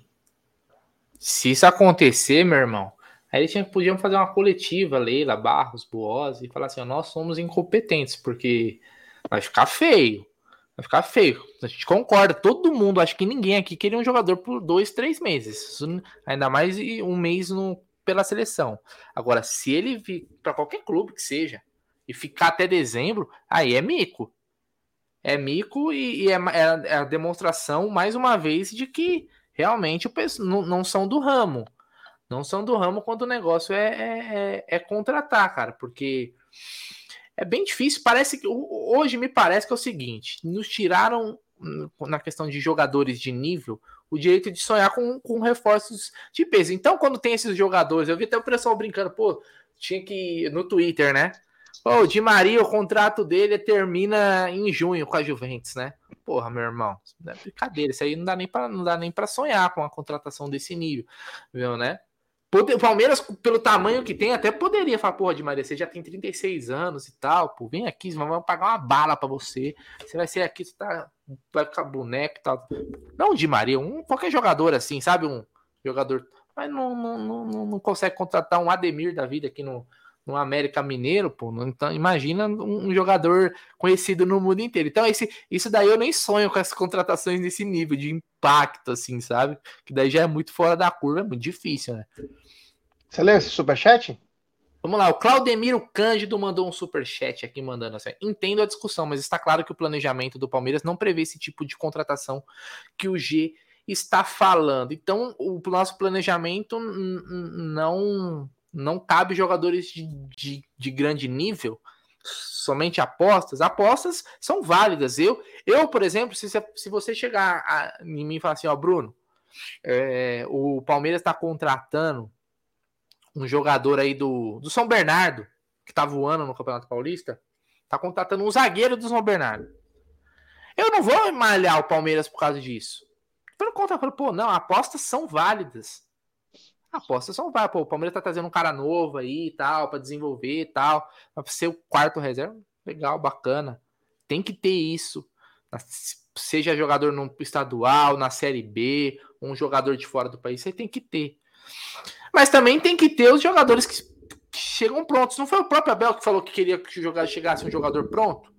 se isso acontecer, meu irmão, aí eles podiam fazer uma coletiva, Leila, Barros, Buozzi, e falar assim, ó, nós somos incompetentes, porque vai ficar feio. Vai ficar feio. A gente concorda. Todo mundo, acho que ninguém aqui queria um jogador por dois, três meses. Isso, ainda mais um mês no, pela seleção. Agora, se ele vir para qualquer clube que seja e ficar até dezembro, aí é mico. É mico e, e é, é, a demonstração, mais uma vez, de que realmente o pessoal, não, não são do ramo. Não são do ramo quando o negócio é, é, é contratar, cara. Porque... é bem difícil, parece que hoje me parece que é o seguinte, nos tiraram na questão de jogadores de nível o direito de sonhar com, com reforços de peso. Então, quando tem esses jogadores, eu vi até o pessoal brincando, pô, tinha que no Twitter, né? Pô, o Di Maria, o contrato dele termina em junho com a Juventus, né? Porra, meu irmão, é brincadeira, isso aí não dá nem para não dá nem para sonhar com uma contratação desse nível, viu, né? O Palmeiras, pelo tamanho que tem, até poderia falar, porra, Di Maria, você já tem trinta e seis anos e tal, pô, vem aqui, vamos pagar uma bala pra você, você vai ser aqui, você tá, vai ficar boneco e tal. Não, Di Maria, um, qualquer jogador assim, sabe, um jogador, mas não, não, não, não consegue contratar um Ademir da vida aqui no, no América Mineiro, pô. Então, imagina um, um jogador conhecido no mundo inteiro. Então, esse, isso daí eu nem sonho com essas contratações nesse nível de impacto, assim, sabe? Que daí já é muito fora da curva, é muito difícil, né? Você leu esse superchat? Vamos lá, o Claudemiro Cândido mandou um superchat aqui, mandando assim: entendo a discussão, mas está claro que o planejamento do Palmeiras não prevê esse tipo de contratação que o G está falando. Então, o nosso planejamento não não cabe jogadores de, de, de grande nível, somente apostas. Apostas são válidas. Eu, eu por exemplo, se, se você chegar a, em mim e falar assim, ó, Bruno, é, o Palmeiras está contratando um jogador aí do, do São Bernardo, que tá voando no Campeonato Paulista, tá contratando um zagueiro do São Bernardo. Eu não vou malhar o Palmeiras por causa disso. Pelo contrário, pô, não, apostas são válidas. Apostas são válidas. Pô, o Palmeiras tá trazendo um cara novo aí e tal, pra desenvolver e tal, pra ser o quarto reserva. Legal, bacana. Tem que ter isso. Seja jogador no estadual, na Série B, um jogador de fora do país, você tem que ter. Mas também tem que ter os jogadores que chegam prontos. Não foi o próprio Abel que falou que queria que o jogador chegasse um jogador pronto?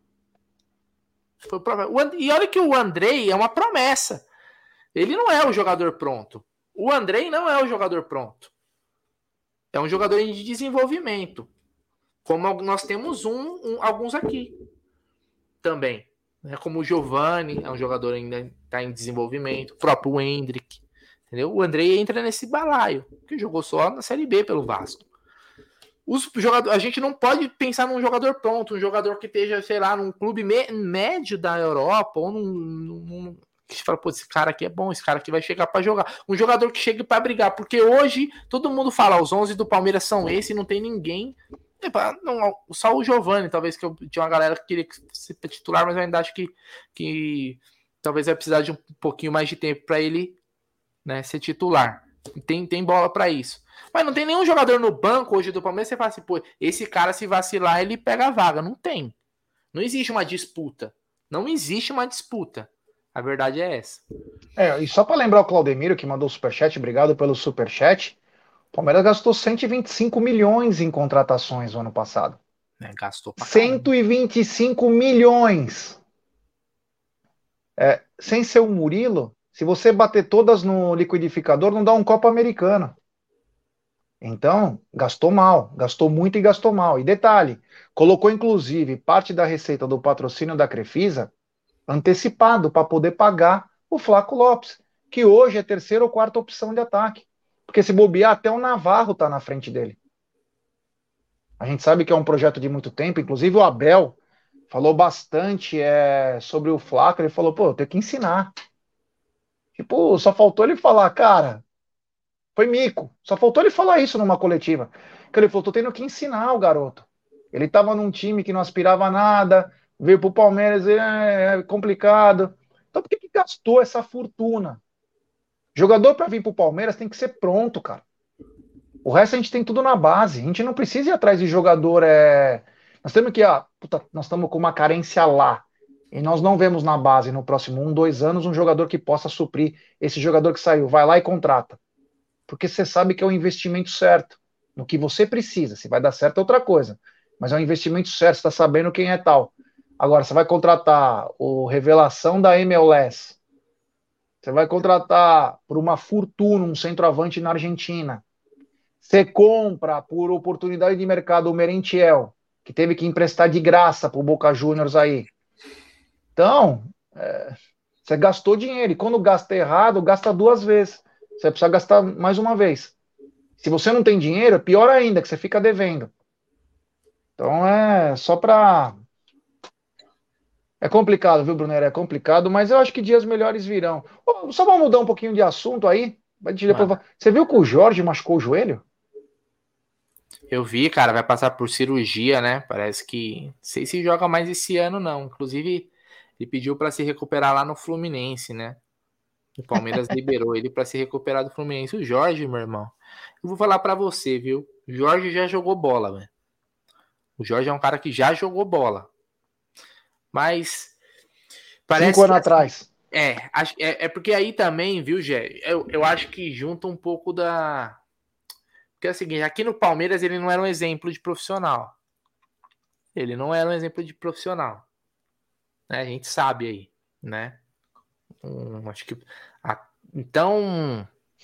Foi o próprio... E olha que o Andrei é uma promessa. Ele não é o jogador pronto. O Andrei não é o jogador pronto. É um jogador de desenvolvimento. Como nós temos um, um alguns aqui também. Como o Giovani, é um jogador ainda está em desenvolvimento. O próprio Hendrick. Entendeu? O Andrei entra nesse balaio, que jogou só na Série B pelo Vasco. Os jogadores, a gente não pode pensar num jogador pronto, um jogador que esteja, sei lá, num clube me, médio da Europa, ou num, num que você fala, pô, esse cara aqui é bom, esse cara aqui vai chegar para jogar. Um jogador que chegue para brigar, porque hoje todo mundo fala, os onze do Palmeiras são esse, não tem ninguém. Não, só o Giovani, talvez, que eu tinha uma galera que queria ser titular, mas eu ainda acho que, que talvez vai precisar de um pouquinho mais de tempo para ele, né, ser titular. Tem, tem bola para isso. Mas não tem nenhum jogador no banco hoje do Palmeiras que você fala assim, pô, esse cara se vacilar, ele pega a vaga. Não tem. Não existe uma disputa. Não existe uma disputa. A verdade é essa. É, e só para lembrar o Claudemiro, que mandou o superchat, obrigado pelo superchat, o Palmeiras gastou cento e vinte e cinco milhões em contratações no ano passado. É, gastou pra cento e vinte e cinco milhões. É, sem ser o Murilo, se você bater todas no liquidificador, não dá um Copa Americano. Então, gastou mal, gastou muito e gastou mal. E detalhe, colocou inclusive parte da receita do patrocínio da Crefisa antecipado para poder pagar o Flaco Lopes, que hoje é terceira ou quarta opção de ataque. Porque se bobear, até o Navarro está na frente dele. A gente sabe que é um projeto de muito tempo, inclusive o Abel falou bastante é, sobre o Flaco, ele falou, pô, eu tenho que ensinar. Tipo, só faltou ele falar, cara, foi mico. Só faltou ele falar isso numa coletiva. Que ele falou, tô tendo que ensinar o garoto. Ele tava num time que não aspirava a nada, veio pro Palmeiras, é, é complicado. Então por que, que gastou essa fortuna? Jogador para vir pro Palmeiras tem que ser pronto, cara. O resto a gente tem tudo na base. A gente não precisa ir atrás de jogador. É... Nós temos que, ah, puta, nós estamos com uma carência lá. E nós não vemos na base, no próximo um, dois anos, um jogador que possa suprir esse jogador que saiu. Vai lá e contrata. Porque você sabe que é o investimento certo. No que você precisa. Se vai dar certo é outra coisa. Mas é um investimento certo, você está sabendo quem é tal. Agora, você vai contratar o revelação da M L S. Você vai contratar por uma fortuna um centroavante na Argentina. Você compra por oportunidade de mercado o Merentiel, que teve que emprestar de graça para o Boca Juniors aí. Então, é, você gastou dinheiro. E quando gasta errado, gasta duas vezes. Você precisa gastar mais uma vez. Se você não tem dinheiro, é pior ainda, que você fica devendo. Então, é só para... É complicado, viu, Brunner? É complicado, mas eu acho que dias melhores virão. Oh, só vamos mudar um pouquinho de assunto aí. Depois... Você viu que o Jorge machucou o joelho? Eu vi, cara, vai passar por cirurgia, né? Parece que... Não sei se joga mais esse ano, não. Inclusive, ele pediu para se recuperar lá no Fluminense, né? O Palmeiras liberou ele para se recuperar do Fluminense. O Jorge, meu irmão, eu vou falar para você, viu? O Jorge já jogou bola, velho. O Jorge é um cara que já jogou bola. Mas... Parece Cinco anos que, atrás. É, acho, é, é porque aí também, viu, Gé? Eu, eu acho que junta um pouco da. Porque é o seguinte, aqui no Palmeiras ele não era um exemplo de profissional. Ele não era um exemplo de profissional. Né? A gente sabe aí, né? Hum, acho que. A, então,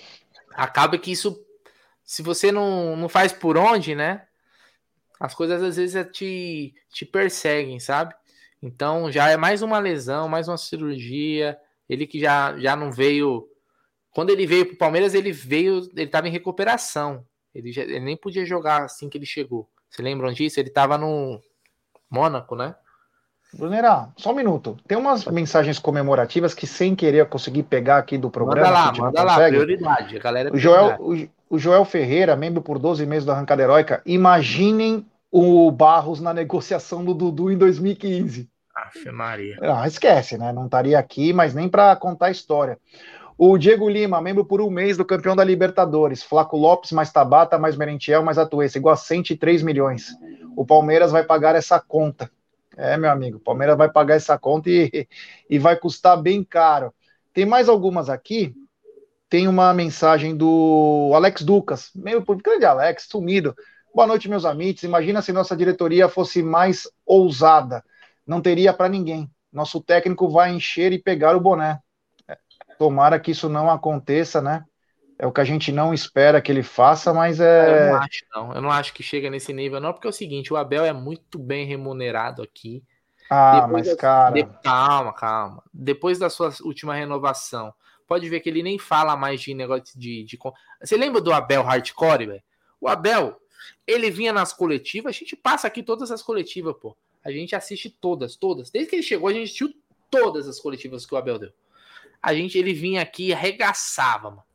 acaba que isso. Se você não, não faz por onde, né? As coisas às vezes te, te perseguem, sabe? Então já é mais uma lesão, mais uma cirurgia. Ele que já, já não veio. Quando ele veio pro Palmeiras, ele veio. Ele estava em recuperação. Ele, já, ele nem podia jogar assim que ele chegou. Vocês lembram disso? Ele estava no Mônaco, né? Brunera, só um minuto. Tem umas mensagens comemorativas que, sem querer, eu consegui pegar aqui do Manda programa, que a lá, gente não manda lá, consegue. prioridade. A galera é O Joel, prioridade. o, o Joel Ferreira, membro por doze meses do Arrancada Heróica, imaginem o Barros na negociação do Dudu em dois mil e quinze. Afe Maria. Ah, esquece, né? Não estaria aqui, mas nem para contar a história. O Diego Lima, membro por um mês do campeão da Libertadores. Flaco Lopes, mais Tabata, mais Merentiel, mais Atuesta, igual a cento e três milhões. O Palmeiras vai pagar essa conta. É, meu amigo, o Palmeiras vai pagar essa conta e, e vai custar bem caro. Tem mais algumas aqui. Tem uma mensagem do Alex Ducas, meio por grande Alex, sumido. Boa noite, meus amigos. Imagina se nossa diretoria fosse mais ousada. Não teria para ninguém. Nosso técnico vai encher e pegar o boné. Tomara que isso não aconteça, né? É o que a gente não espera que ele faça, mas Ah, eu não é. acho, não. Eu não acho que chega nesse nível, não, porque é o seguinte, o Abel é muito bem remunerado aqui. Ah, Depois mas da... de... cara. Calma, calma. Depois da sua última renovação, pode ver que ele nem fala mais de negócio de. de... Você lembra do Abel Hardcore, velho? O Abel, ele vinha nas coletivas, a gente passa aqui todas as coletivas, pô. A gente assiste todas, todas. Desde que ele chegou, a gente assistiu todas as coletivas que o Abel deu. A gente, ele vinha aqui e arregaçava, mano.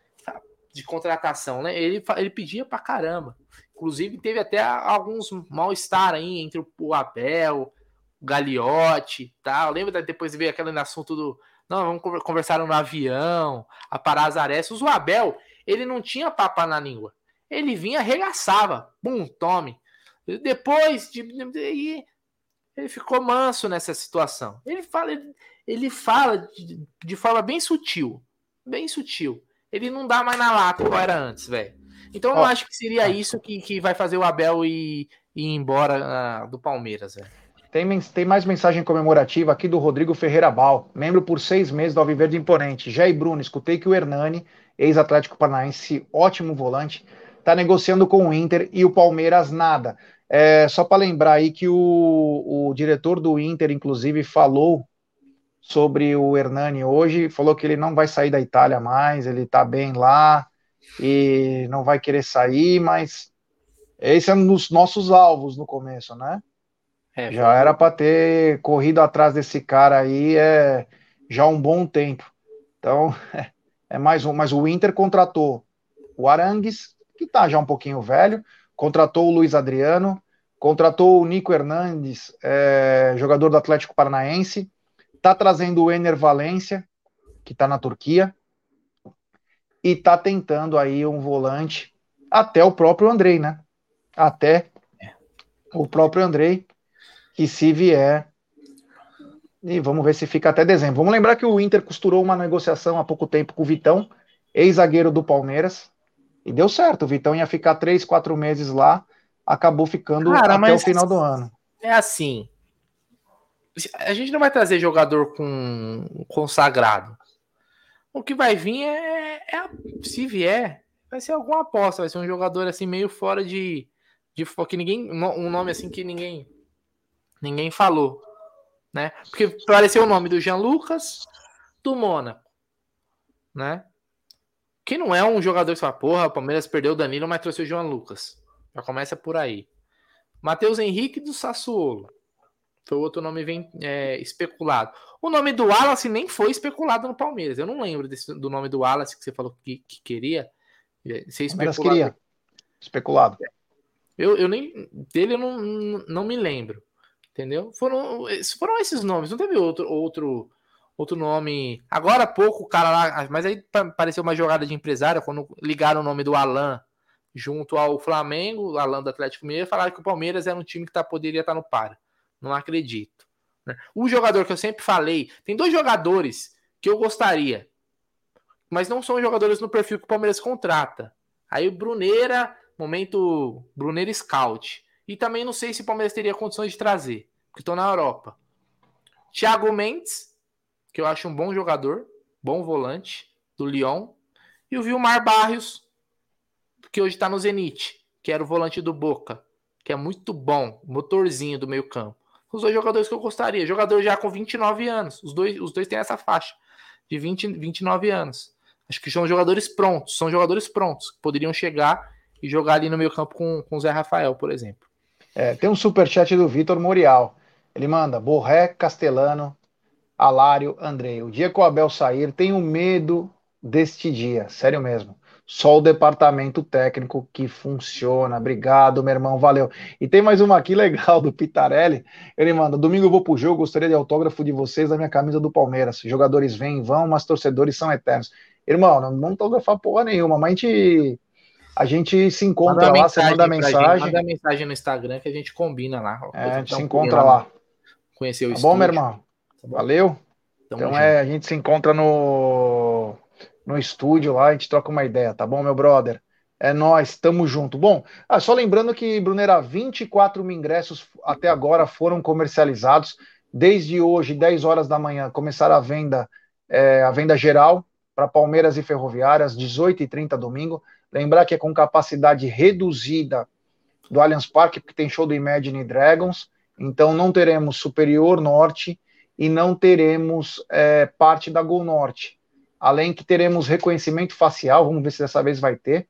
De contratação, né? Ele, ele pedia pra caramba. Inclusive, teve até alguns mal-estar aí entre o Abel, o Gagliotti e tal. Lembra depois veio aquele assunto do. Não, vamos conversar no avião, a Parazares. O Abel, ele não tinha papa na língua. Ele vinha, arregaçava. Pum, tome. Depois, de, de, ele ficou manso nessa situação. Ele fala, ele, ele fala de, de forma bem sutil. Bem sutil. Ele não dá mais na lata como era antes, velho. Então eu não Ó, acho que seria isso que, que vai fazer o Abel ir, ir embora uh, do Palmeiras, velho. Tem, tem mais mensagem comemorativa aqui do Rodrigo Ferreira Bal, membro por seis meses do Alviverde Imponente. Jair Bruno, escutei que o Hernani, ex-Atlético Paranaense, ótimo volante, está negociando com o Inter e o Palmeiras nada. É, só para lembrar aí que o, o diretor do Inter, inclusive, falou sobre o Hernani hoje, falou que ele não vai sair da Itália mais, ele está bem lá e não vai querer sair, mas esse é um dos nossos alvos no começo, né? É, Já vamos era ver. para ter corrido atrás desse cara aí é, já há um bom tempo. Então, é mais um. Mas o Inter contratou o Arangues, que está já um pouquinho velho, contratou o Luiz Adriano, contratou o Nico Hernandes, é, jogador do Atlético Paranaense, está trazendo o Ener Valência, que está na Turquia, e está tentando aí um volante, até o próprio Andrei, né? Até o próprio Andrei, que se vier. E vamos ver se fica até dezembro. Vamos lembrar que o Inter costurou uma negociação há pouco tempo com o Vitão, ex-zagueiro do Palmeiras, e deu certo. O Vitão ia ficar três, quatro meses lá, acabou ficando Cara, até o mas final do ano. é assim. A gente não vai trazer jogador com consagrado. O que vai vir é, é a, se vier, vai ser alguma aposta, vai ser um jogador assim meio fora de, de que ninguém, um nome assim que ninguém ninguém falou, né? Porque apareceu o nome do Jean Lucas, do Mônaco, né? Que não é um jogador que fala, porra, o Palmeiras perdeu o Danilo, mas trouxe o João Lucas. Já começa por aí. Matheus Henrique do Sassuolo. Foi outro nome bem é, especulado. O nome do Wallace nem foi especulado no Palmeiras. Eu não lembro desse, do nome do Wallace que você falou que, que queria ser Palmeiras especulado. queria, especulado. Eu, eu nem dele eu não, não me lembro, entendeu? Foram, foram esses nomes. Não teve outro outro outro nome. Agora há pouco o cara lá, mas aí pareceu uma jogada de empresário quando ligaram o nome do Alan junto ao Flamengo, o Alan do Atlético Mineiro, falaram que o Palmeiras era um time que tá, poderia estar no par. Não acredito. Né? O jogador que eu sempre falei, tem dois jogadores que eu gostaria, mas não são jogadores no perfil que o Palmeiras contrata. Aí o Bruneira, momento Bruneira Scout. E também não sei se o Palmeiras teria condições de trazer, porque estou na Europa. Thiago Mendes, que eu acho um bom jogador, bom volante, do Lyon. E o Vilmar Barrios, que hoje está no Zenit, que era o volante do Boca, que é muito bom, motorzinho do meio campo. Os dois jogadores que eu gostaria. Jogador já com vinte e nove anos. Os dois, os dois têm essa faixa de vinte, vinte e nove anos. Acho que são jogadores prontos. São jogadores prontos. Que poderiam chegar e jogar ali no meio campo com, com o Zé Rafael, por exemplo. É, tem um superchat do Vitor Morial. Ele manda: Borré, Castelano, Alário, Andrei. O dia que o Abel sair, tenho medo deste dia. Sério mesmo. Só o departamento técnico que funciona. Obrigado, meu irmão. Valeu. E tem mais uma aqui legal do Pitarelli. Ele manda: domingo eu vou pro jogo. Gostaria de autógrafo de vocês da minha camisa do Palmeiras. Jogadores vêm e vão, mas torcedores são eternos. Irmão, não vamos autografar porra nenhuma, mas a gente. A gente se encontra lá, você manda mensagem. Manda mensagem no Instagram que a gente combina lá. É, a gente se encontra lá. Conhecer o estúdio. Tá bom, meu irmão? Tá bom? Valeu. Tamo então junto. é, a gente se encontra no, no estúdio lá, a gente troca uma ideia, tá bom, meu brother? É nóis, tamo junto. Bom, ah, só lembrando que, Brunera, vinte e quatro mil ingressos até agora foram comercializados. Desde hoje, dez horas da manhã, começaram a venda, é, a venda geral para Palmeiras e Ferroviárias, dezoito e trinta domingo. Lembrar que é com capacidade reduzida do Allianz Parque, porque tem show do Imagine Dragons, então não teremos Superior Norte e não teremos é, parte da Gol Norte. Além que teremos reconhecimento facial, vamos ver se dessa vez vai ter,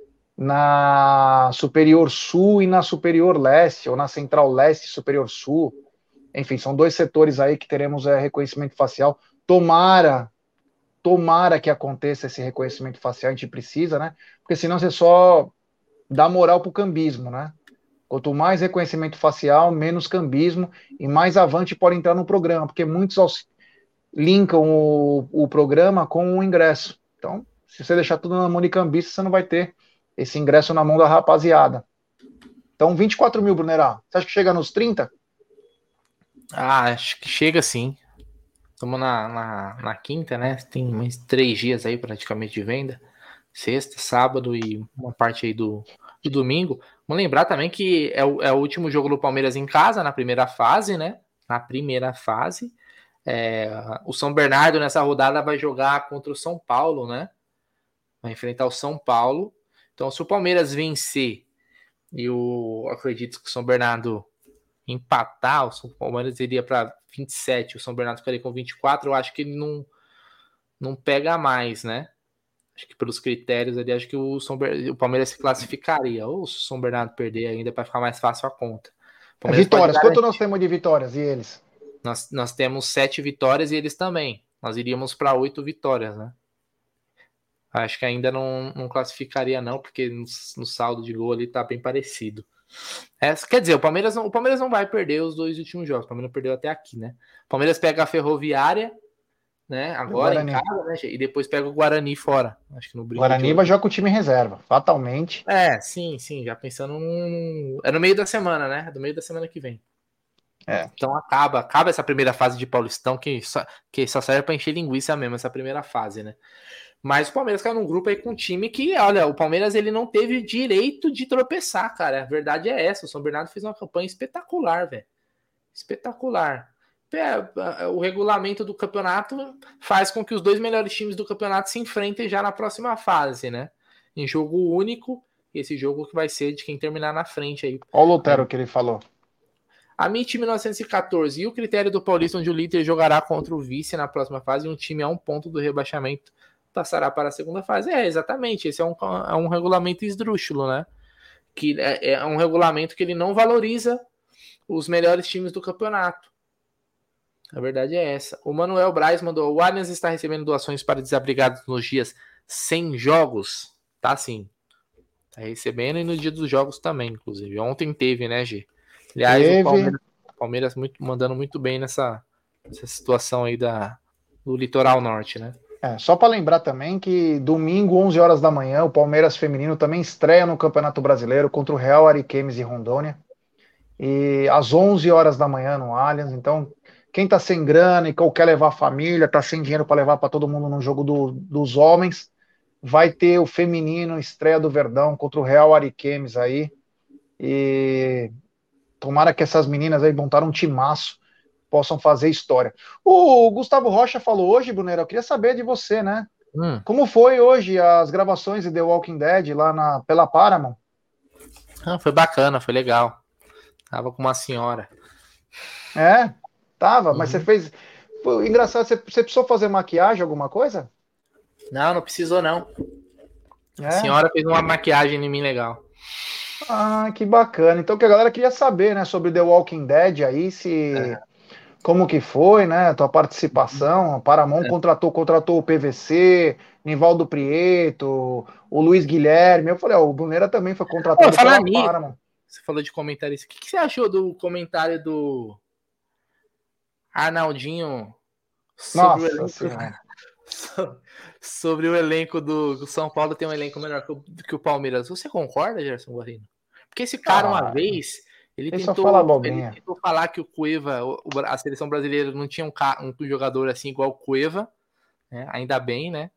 na Superior Sul e na Superior Leste, ou na Central Leste e Superior Sul. Enfim, são dois setores aí que teremos é, reconhecimento facial. Tomara Tomara que aconteça esse reconhecimento facial, a gente precisa, né? Porque senão você só dá moral pro cambismo, né? Quanto mais reconhecimento facial, menos cambismo e mais avante pode entrar no programa, porque muitos linkam o, o programa com o ingresso. Então, se você deixar tudo na mão de cambista, você não vai ter esse ingresso na mão da rapaziada. Então, vinte e quatro mil, Brunerá. Você acha que chega nos trinta? Ah, acho que chega sim. Estamos na, na, na quinta, né? Tem mais três dias aí praticamente de venda. Sexta, sábado e uma parte aí do, do domingo. Vamos lembrar também que é o, é o último jogo do Palmeiras em casa, na primeira fase, né? Na primeira fase. É, o São Bernardo nessa rodada vai jogar contra o São Paulo, né? Vai enfrentar o São Paulo. Então, se o Palmeiras vencer e eu acredito que o São Bernardo empatar, o São Palmeiras iria para vinte e sete, o São Bernardo ficaria com vinte e quatro, eu acho que ele não, não pega mais, né? Acho que pelos critérios ali, acho que o, São Ber... o Palmeiras se classificaria, ou se o São Bernardo perder ainda, para ficar mais fácil a conta. Vitórias, quanto nós temos de vitórias e eles? Nós, nós temos sete vitórias e eles também. Nós iríamos para oito vitórias, né? Acho que ainda não, não classificaria não, porque no, no saldo de gol ali tá bem parecido. É, quer dizer, o Palmeiras, não, o Palmeiras não vai perder os dois últimos jogos. O Palmeiras perdeu até aqui, né? O Palmeiras pega a Ferroviária, né? Agora em casa, né? E depois pega o Guarani fora. Acho que no Guarani vai jogar com o time reserva, fatalmente. É, sim, sim. Já pensando no... É no meio da semana, né? É do meio da semana que vem. É. Então acaba, acaba essa primeira fase de Paulistão, que só, que só serve para encher linguiça mesmo, essa primeira fase, né? Mas o Palmeiras caiu num grupo aí com um time que, olha, o Palmeiras ele não teve direito de tropeçar, cara. A verdade é essa. O São Bernardo fez uma campanha espetacular, velho. Espetacular. O regulamento do campeonato faz com que os dois melhores times do campeonato se enfrentem já na próxima fase, né? Em jogo único, esse jogo que vai ser de quem terminar na frente aí. Olha o Lotero é. que ele falou. A M I T mil novecentos e catorze e o critério do Paulista, onde o líder jogará contra o vice na próxima fase e um time a um ponto do rebaixamento passará para a segunda fase. É, exatamente. Esse é um, é um regulamento esdrúxulo, né? Que é, é um regulamento que ele não valoriza os melhores times do campeonato. A verdade é essa. O Manuel Braz mandou: o Allianz está recebendo doações para desabrigados nos dias sem jogos? Tá sim. Tá recebendo e no dia dos jogos também, inclusive. Ontem teve, né, G? Aliás, teve. o Palmeiras, Palmeiras muito, mandando muito bem nessa, nessa situação aí da, do litoral norte, né? É, só para lembrar também que domingo, onze horas da manhã, o Palmeiras feminino também estreia no Campeonato Brasileiro contra o Real Ariquemes e Rondônia. E às onze horas da manhã no Allianz. Então, Quem tá sem grana e quer levar a família, tá sem dinheiro para levar para todo mundo no jogo do, dos homens, vai ter o feminino, estreia do Verdão contra o Real Ariquemes aí. E tomara que essas meninas aí montaram um timaço, possam fazer história. O Gustavo Rocha falou hoje, Brunera, eu queria saber de você, né? Hum. Como foi hoje as gravações de The Walking Dead lá na, pela Paramount? Ah, foi bacana, foi legal. Tava com uma senhora. É, tava, mas você Uhum. fez. Foi engraçado, você, você precisou fazer maquiagem, alguma coisa? Não, não precisou não. A É. senhora fez uma maquiagem em mim legal. Ah, que bacana. Então, que a galera queria saber, né, sobre The Walking Dead aí, se É. como que foi, né, a tua participação. A Paramount contratou, contratou o P V C, Nivaldo Prieto, o Luiz Guilherme. Eu falei, ó, o Brunera também foi Pô, contratado falar pela nisso, Paramount. você falou de comentário. O que, que você achou do comentário do Arnaldinho sobre o Nossa elenco? senhora. Sobre o elenco do, do São Paulo ter um elenco melhor que o, que o Palmeiras. Você concorda, Gerson Guarino? Porque esse cara, uma Ah, vez, ele ele só fala tentou, ele abobrinha. tentou falar que o Cueva, o- a seleção brasileira não tinha um, um jogador assim igual o Cueva, né? Ainda bem, né?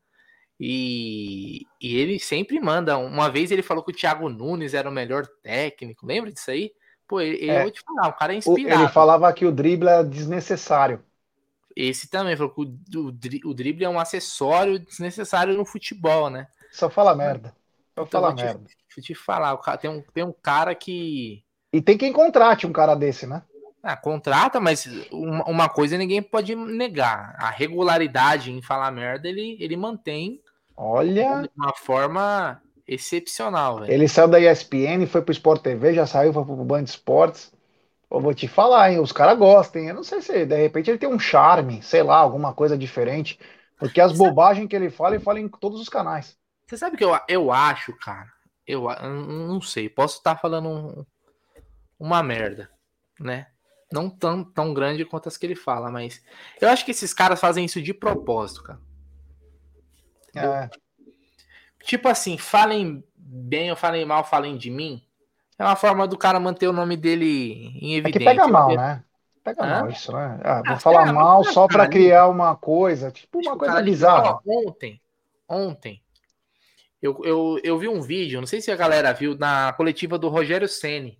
E, e ele sempre manda. Uma vez ele falou que o Thiago Nunes era o melhor técnico. Lembra disso aí? Pô, ele, eu vou É, te falar, o cara é o- ele inspirado. falava que o drible era desnecessário. Esse também falou que o, o, o drible é um acessório desnecessário no futebol, né? Só fala merda. Só Então, vou fala te, merda. vou te falar, o cara, tem, um, tem um cara que E tem quem contrate um cara desse, né? ah, contrata, mas uma, uma coisa ninguém pode negar. A regularidade em falar merda, ele, ele mantém Olha, de uma forma excepcional, velho. ele saiu da E S P N, foi pro Sport T V, já saiu, foi pro Band Esportes. Eu vou te falar, hein? Os caras gostam, hein? Eu não sei se de repente ele tem um charme, sei lá, alguma coisa diferente. Porque as Você sabe, bobagens que ele fala, ele fala em todos os canais. você sabe que eu, eu acho, cara? Eu, eu não sei, posso estar falando um- uma merda, né? Não tão, tão grande quanto as que ele fala, mas eu acho que esses caras fazem isso de propósito, cara. Entendeu? É, Tipo assim, falem bem ou falem mal, falem de mim. É uma forma do cara manter o nome dele em é que pega evidência. mal, né? Pega Hã? mal isso, né? Ah, vou Ah, falar pega mal mal pra só pra caramba. criar uma coisa, tipo Acho uma que o coisa cara liga. Ó, bizarra. ontem, ontem, eu, eu, eu vi um vídeo, não sei se a galera viu, na coletiva do Rogério Ceni.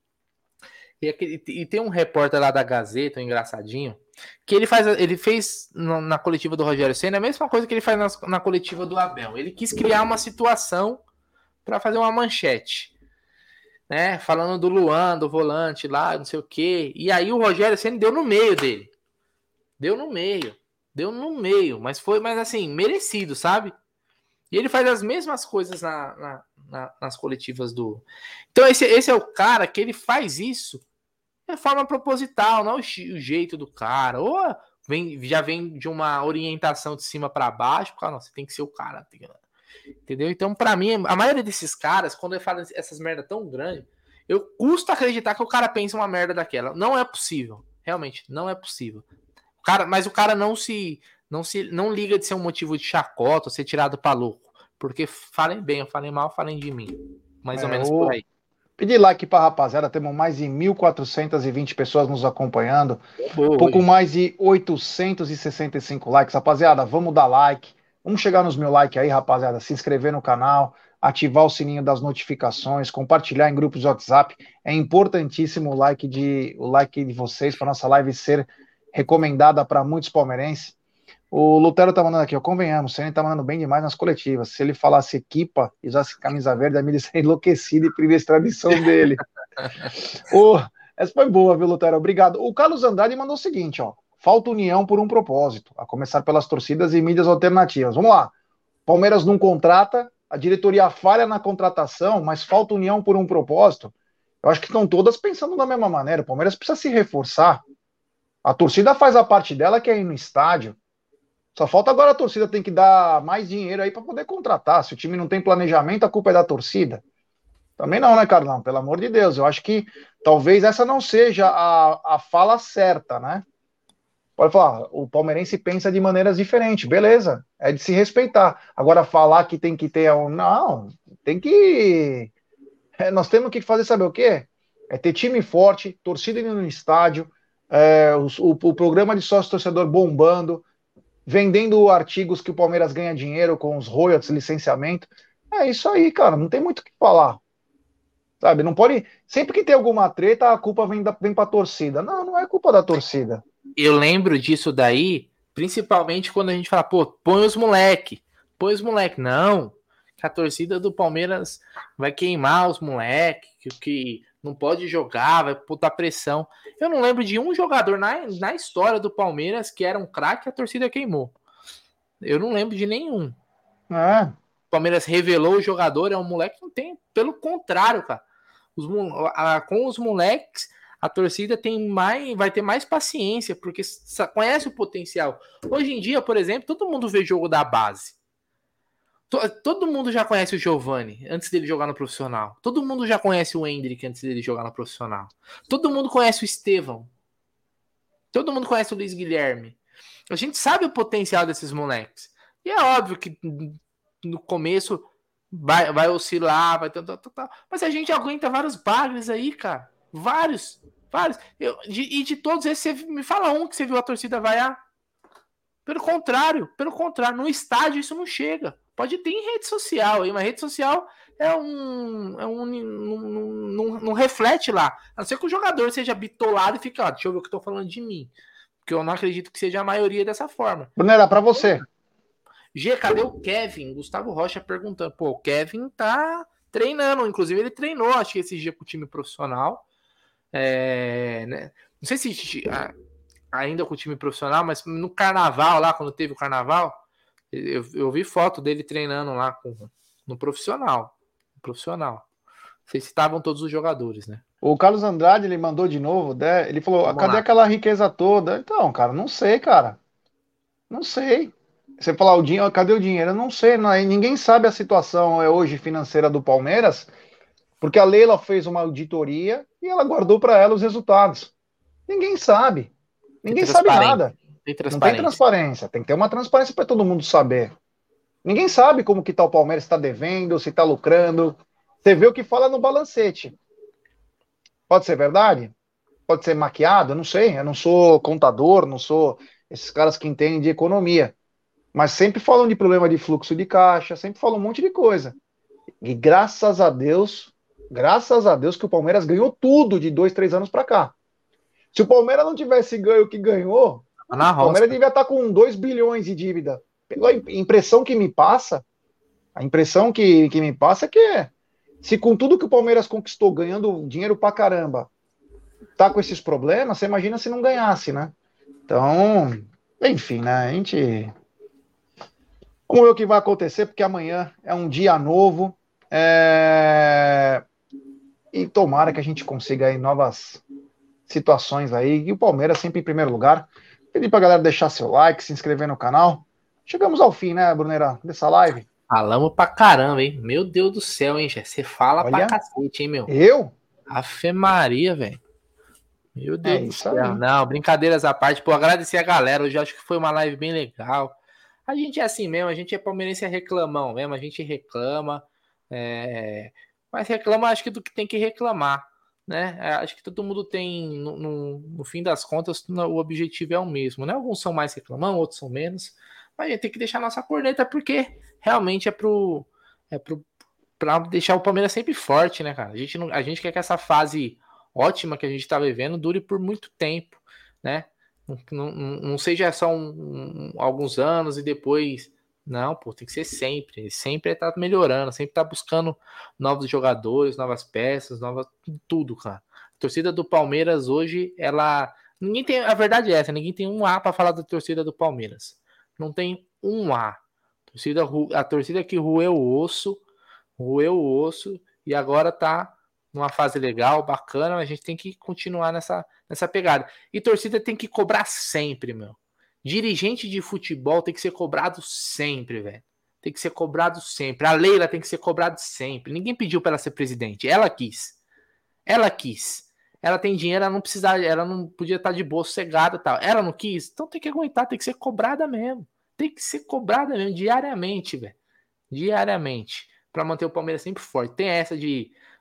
E, aquele- e tem um repórter lá da Gazeta, um engraçadinho, que ele faz, ele fez na, na coletiva do Rogério Ceni a mesma coisa que ele faz na, na coletiva do Abel. Ele quis criar uma situação para fazer uma manchete, né? Falando do Luan, do volante lá, não sei o quê. E aí o Rogério Ceni deu no meio dele. Deu no meio. Deu no meio. Mas foi, mas assim, merecido, sabe? E ele faz as mesmas coisas na, na, na, nas coletivas do. Então, esse, esse é o cara que ele faz isso de forma proposital, não é o, o jeito do cara. Ou vem, já vem de uma orientação de cima para baixo, cara, não, você tem que ser o cara. Tem, entendeu? Então, para mim, a maioria desses caras, quando ele fala essas merda tão grandes, eu custo acreditar que o cara pensa uma merda daquela. Não é possível. Realmente, não é possível. O cara, mas o cara não se, não se não liga de ser um motivo de chacota ou ser tirado pra louco. Porque falem bem ou falem mal, falem de mim. Mais ou É, menos por o... aí. Pedir like pra rapaziada, temos mais de mil quatrocentas e vinte pessoas nos acompanhando. Boa Pouco hoje. mais de oitocentos e sessenta e cinco likes. Rapaziada, vamos dar like. Vamos chegar nos mil likes aí, rapaziada. Se inscrever no canal, ativar o sininho das notificações, compartilhar em grupos de WhatsApp. É importantíssimo o like de, o like de vocês para nossa live ser recomendada para muitos palmeirenses. O Lutero tá mandando aqui, ó, convenhamos, o Ceni tá mandando bem demais nas coletivas. Se ele falasse equipa e usasse camisa verde, a mídia seria enlouquecida e preria a extradição dele. Ô, essa foi boa, viu, Lutero? Obrigado. O Carlos Andrade mandou o seguinte, ó. Falta união por um propósito, a começar pelas torcidas e mídias alternativas. Vamos lá. Palmeiras não contrata, a diretoria falha na contratação, mas falta união por um propósito. Eu acho que estão todas pensando da mesma maneira. O Palmeiras precisa se reforçar. A torcida faz a parte dela, que é ir no estádio. Só falta agora a torcida tem que dar mais dinheiro aí para poder contratar. Se o time não tem planejamento, a culpa é da torcida. Também não, né, Carlão? Pelo amor de Deus. Eu acho que talvez essa não seja a, a fala certa, né? Pode falar, o palmeirense pensa de maneiras diferentes, beleza, é de se respeitar. Agora, falar que tem que ter. um- Não, tem que. é, Nós temos que fazer, saber o quê? É ter time forte, torcida indo no estádio, é, o, o, o programa de sócio-torcedor bombando, vendendo artigos que o Palmeiras ganha dinheiro com os royalties, licenciamento. É isso aí, cara, não tem muito o que falar. Sabe, não pode. Sempre que tem alguma treta, a culpa vem, da, vem pra torcida. Não, não é culpa da torcida. Eu lembro disso daí, principalmente quando a gente fala, pô, põe os moleque, põe os moleque. Não, que a torcida do Palmeiras vai queimar os moleque, que, que não pode jogar, vai botar pressão. Eu não lembro de um jogador na, na história do Palmeiras que era um craque e a torcida queimou. Eu não lembro de nenhum. É. O Palmeiras revelou o jogador, é um moleque que não tem, pelo contrário, cara. Os, a, com os moleques, a torcida tem mais, vai ter mais paciência, porque conhece o potencial. Hoje em dia, por exemplo, todo mundo vê jogo da base. Todo mundo já conhece o Giovani antes dele jogar no profissional. Todo mundo já conhece o Hendrick antes dele jogar no profissional. Todo mundo conhece o Estevão. Todo mundo conhece o Luiz Guilherme. A gente sabe o potencial desses moleques. E é óbvio que no começo vai, vai oscilar, vai tal, tal, tal. Mas a gente aguenta vários bagres aí, cara. Vários, vários. Eu, de, e de todos esses, você me fala um que você viu a torcida vaiar. Pelo contrário, pelo contrário, no estádio isso não chega. Pode ter em rede social aí, mas rede social é um. É um não, não, não reflete lá. A não ser que o jogador seja bitolado e fique, ó, deixa eu ver o que eu tô falando de mim. Porque eu não acredito que seja a maioria dessa forma. Brunera, pra você. G, cadê o Kevin? Gustavo Rocha perguntando. Pô, o Kevin tá treinando. Inclusive, ele treinou, acho que esse dia com o time profissional. É, né? Não sei se ainda com o time profissional, mas no carnaval lá, quando teve o carnaval, eu, eu vi foto dele treinando lá com, no profissional. Profissional. Não sei se estavam todos os jogadores, né? O Carlos Andrade, ele mandou de novo, né? Ele falou, Vamos cadê lá. aquela riqueza toda? Então, cara, não sei, cara. Não sei. Você falar o dinheiro, cadê o dinheiro? Eu não sei, não, ninguém sabe a situação é hoje financeira do Palmeiras, porque a Leila fez uma auditoria e ela guardou para ela os resultados. Ninguém sabe. Tem Ninguém sabe transparência. nada. Tem Não tem transparência. transparência. Tem que ter uma transparência para todo mundo saber. Ninguém sabe como que tá o Palmeiras, está devendo, se está lucrando. Você vê o que fala no balancete. Pode ser verdade? Pode ser maquiado? Eu não sei. Eu não sou contador, não sou esses caras que entendem de economia. Mas sempre falam de problema de fluxo de caixa, sempre falam um monte de coisa. E graças a Deus, graças a Deus que o Palmeiras ganhou tudo de dois, três anos para cá. Se o Palmeiras não tivesse ganho o que ganhou, Tá na o Palmeiras roça. devia estar com dois bilhões de dívida. Pela impressão que me passa, a impressão que, que me passa é que se com tudo que o Palmeiras conquistou, ganhando dinheiro pra caramba, tá com esses problemas, você imagina se não ganhasse, né? Então, enfim, né? A gente. Vamos ver o que vai acontecer, porque amanhã é um dia novo. É... E tomara que a gente consiga aí novas situações aí. E o Palmeiras sempre em primeiro lugar. Pedir pra galera deixar seu like, se inscrever no canal. Chegamos ao fim, né, Brunera, dessa live? Falamos pra caramba, hein? Meu Deus do céu, hein, Jé? Você fala pra Olha, cacete, hein, meu? eu? Afe Maria, velho. Meu É Deus do isso céu. aí. Não, brincadeiras à parte. Pô, agradecer a galera. Hoje acho que foi uma live bem legal. A gente é assim mesmo, a gente é palmeirense é reclamão mesmo, a gente reclama. É... Mas reclama, acho que do que tem que reclamar. Né? É, acho que todo mundo tem, no, no, no fim das contas, no, o objetivo é o mesmo. Né? Alguns são mais reclamão, outros são menos. Mas a gente tem que deixar nossa corneta, porque realmente é pro. É pro pra deixar o Palmeiras sempre forte, né, cara? A gente, não, a gente quer que essa fase ótima que a gente tá vivendo dure por muito tempo, né? Não, não, não seja só um, um, alguns anos e depois. Não, pô, tem que ser sempre. Sempre tá melhorando, sempre tá buscando novos jogadores, novas peças, novas. Tudo, cara. A torcida do Palmeiras hoje, ela. Ninguém tem. A verdade é essa, ninguém tem um A para falar da torcida do Palmeiras. Não tem um A. A torcida, a torcida que roeu o osso, roeu o osso e agora tá numa fase legal, bacana, a gente tem que continuar nessa, nessa pegada. E torcida tem que cobrar sempre, meu. Dirigente de futebol tem que ser cobrado sempre, velho. Tem que ser cobrado sempre. A Leila tem que ser cobrado sempre. Ninguém pediu para ela ser presidente. Ela quis. Ela quis. Ela tem dinheiro, ela não precisava, ela não podia estar de bolsa cegada e tal. Ela não quis, então tem que aguentar, tem que ser cobrada mesmo. Tem que ser cobrada mesmo, diariamente, velho. Diariamente. Para manter o Palmeiras sempre forte. Tem essa de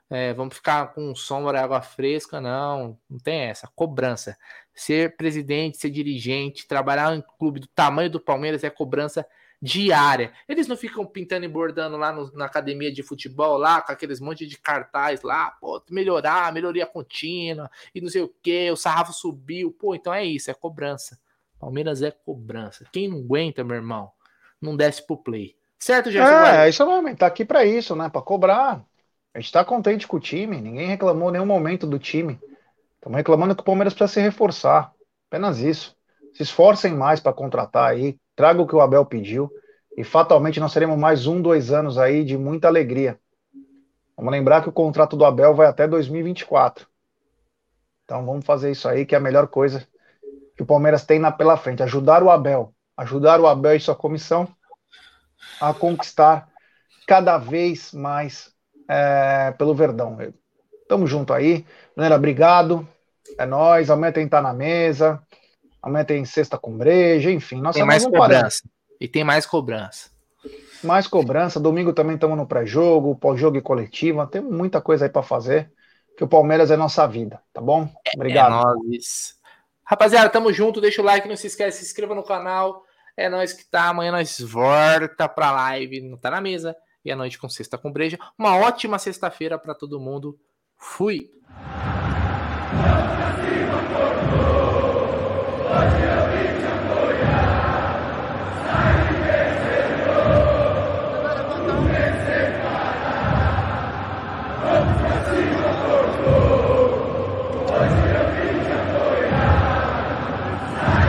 É, vamos ficar com sombra e água fresca, não, não tem essa. Cobrança. Ser presidente, ser dirigente, trabalhar em clube do tamanho do Palmeiras é cobrança diária. Eles não ficam pintando e bordando lá no, na academia de futebol, lá com aqueles monte de cartaz lá, pô, melhorar, melhoria contínua, e não sei o que, o sarrafo subiu, pô, então é isso, é cobrança. Palmeiras é cobrança. Quem não aguenta, meu irmão, não desce pro play. Certo, Gerson Guarani? É, é isso mesmo, tá aqui para isso, né? Para cobrar. A gente tá contente com o time, ninguém reclamou em nenhum momento do time. Estamos reclamando que o Palmeiras precisa se reforçar. Apenas isso. Se esforcem mais para contratar aí, traga o que o Abel pediu e fatalmente nós teremos mais um, dois anos aí de muita alegria. Vamos lembrar que o contrato do Abel vai até dois mil e vinte e quatro. Então vamos fazer isso aí, que é a melhor coisa que o Palmeiras tem na, pela frente. Ajudar o Abel, ajudar o Abel e sua comissão a conquistar cada vez mais é, pelo Verdão. Tamo junto aí. Galera, obrigado. É nóis. Amanhã tem que estar na mesa. Amanhã tem sexta com breja. Enfim, nossa, Tem nós mais não paramos. cobrança. E tem mais cobrança. Mais cobrança. Domingo também estamos no pré-jogo, pós-jogo e coletiva. Tem muita coisa aí para fazer. Que o Palmeiras é nossa vida, tá bom? É Obrigado. nóis. Rapaziada, tamo junto. Deixa o like, não se esquece, se inscreva no canal. É nóis que tá. Amanhã nós volta pra live. Não tá na mesa. E à noite com sexta com breja. Uma ótima sexta-feira pra todo mundo. Fui.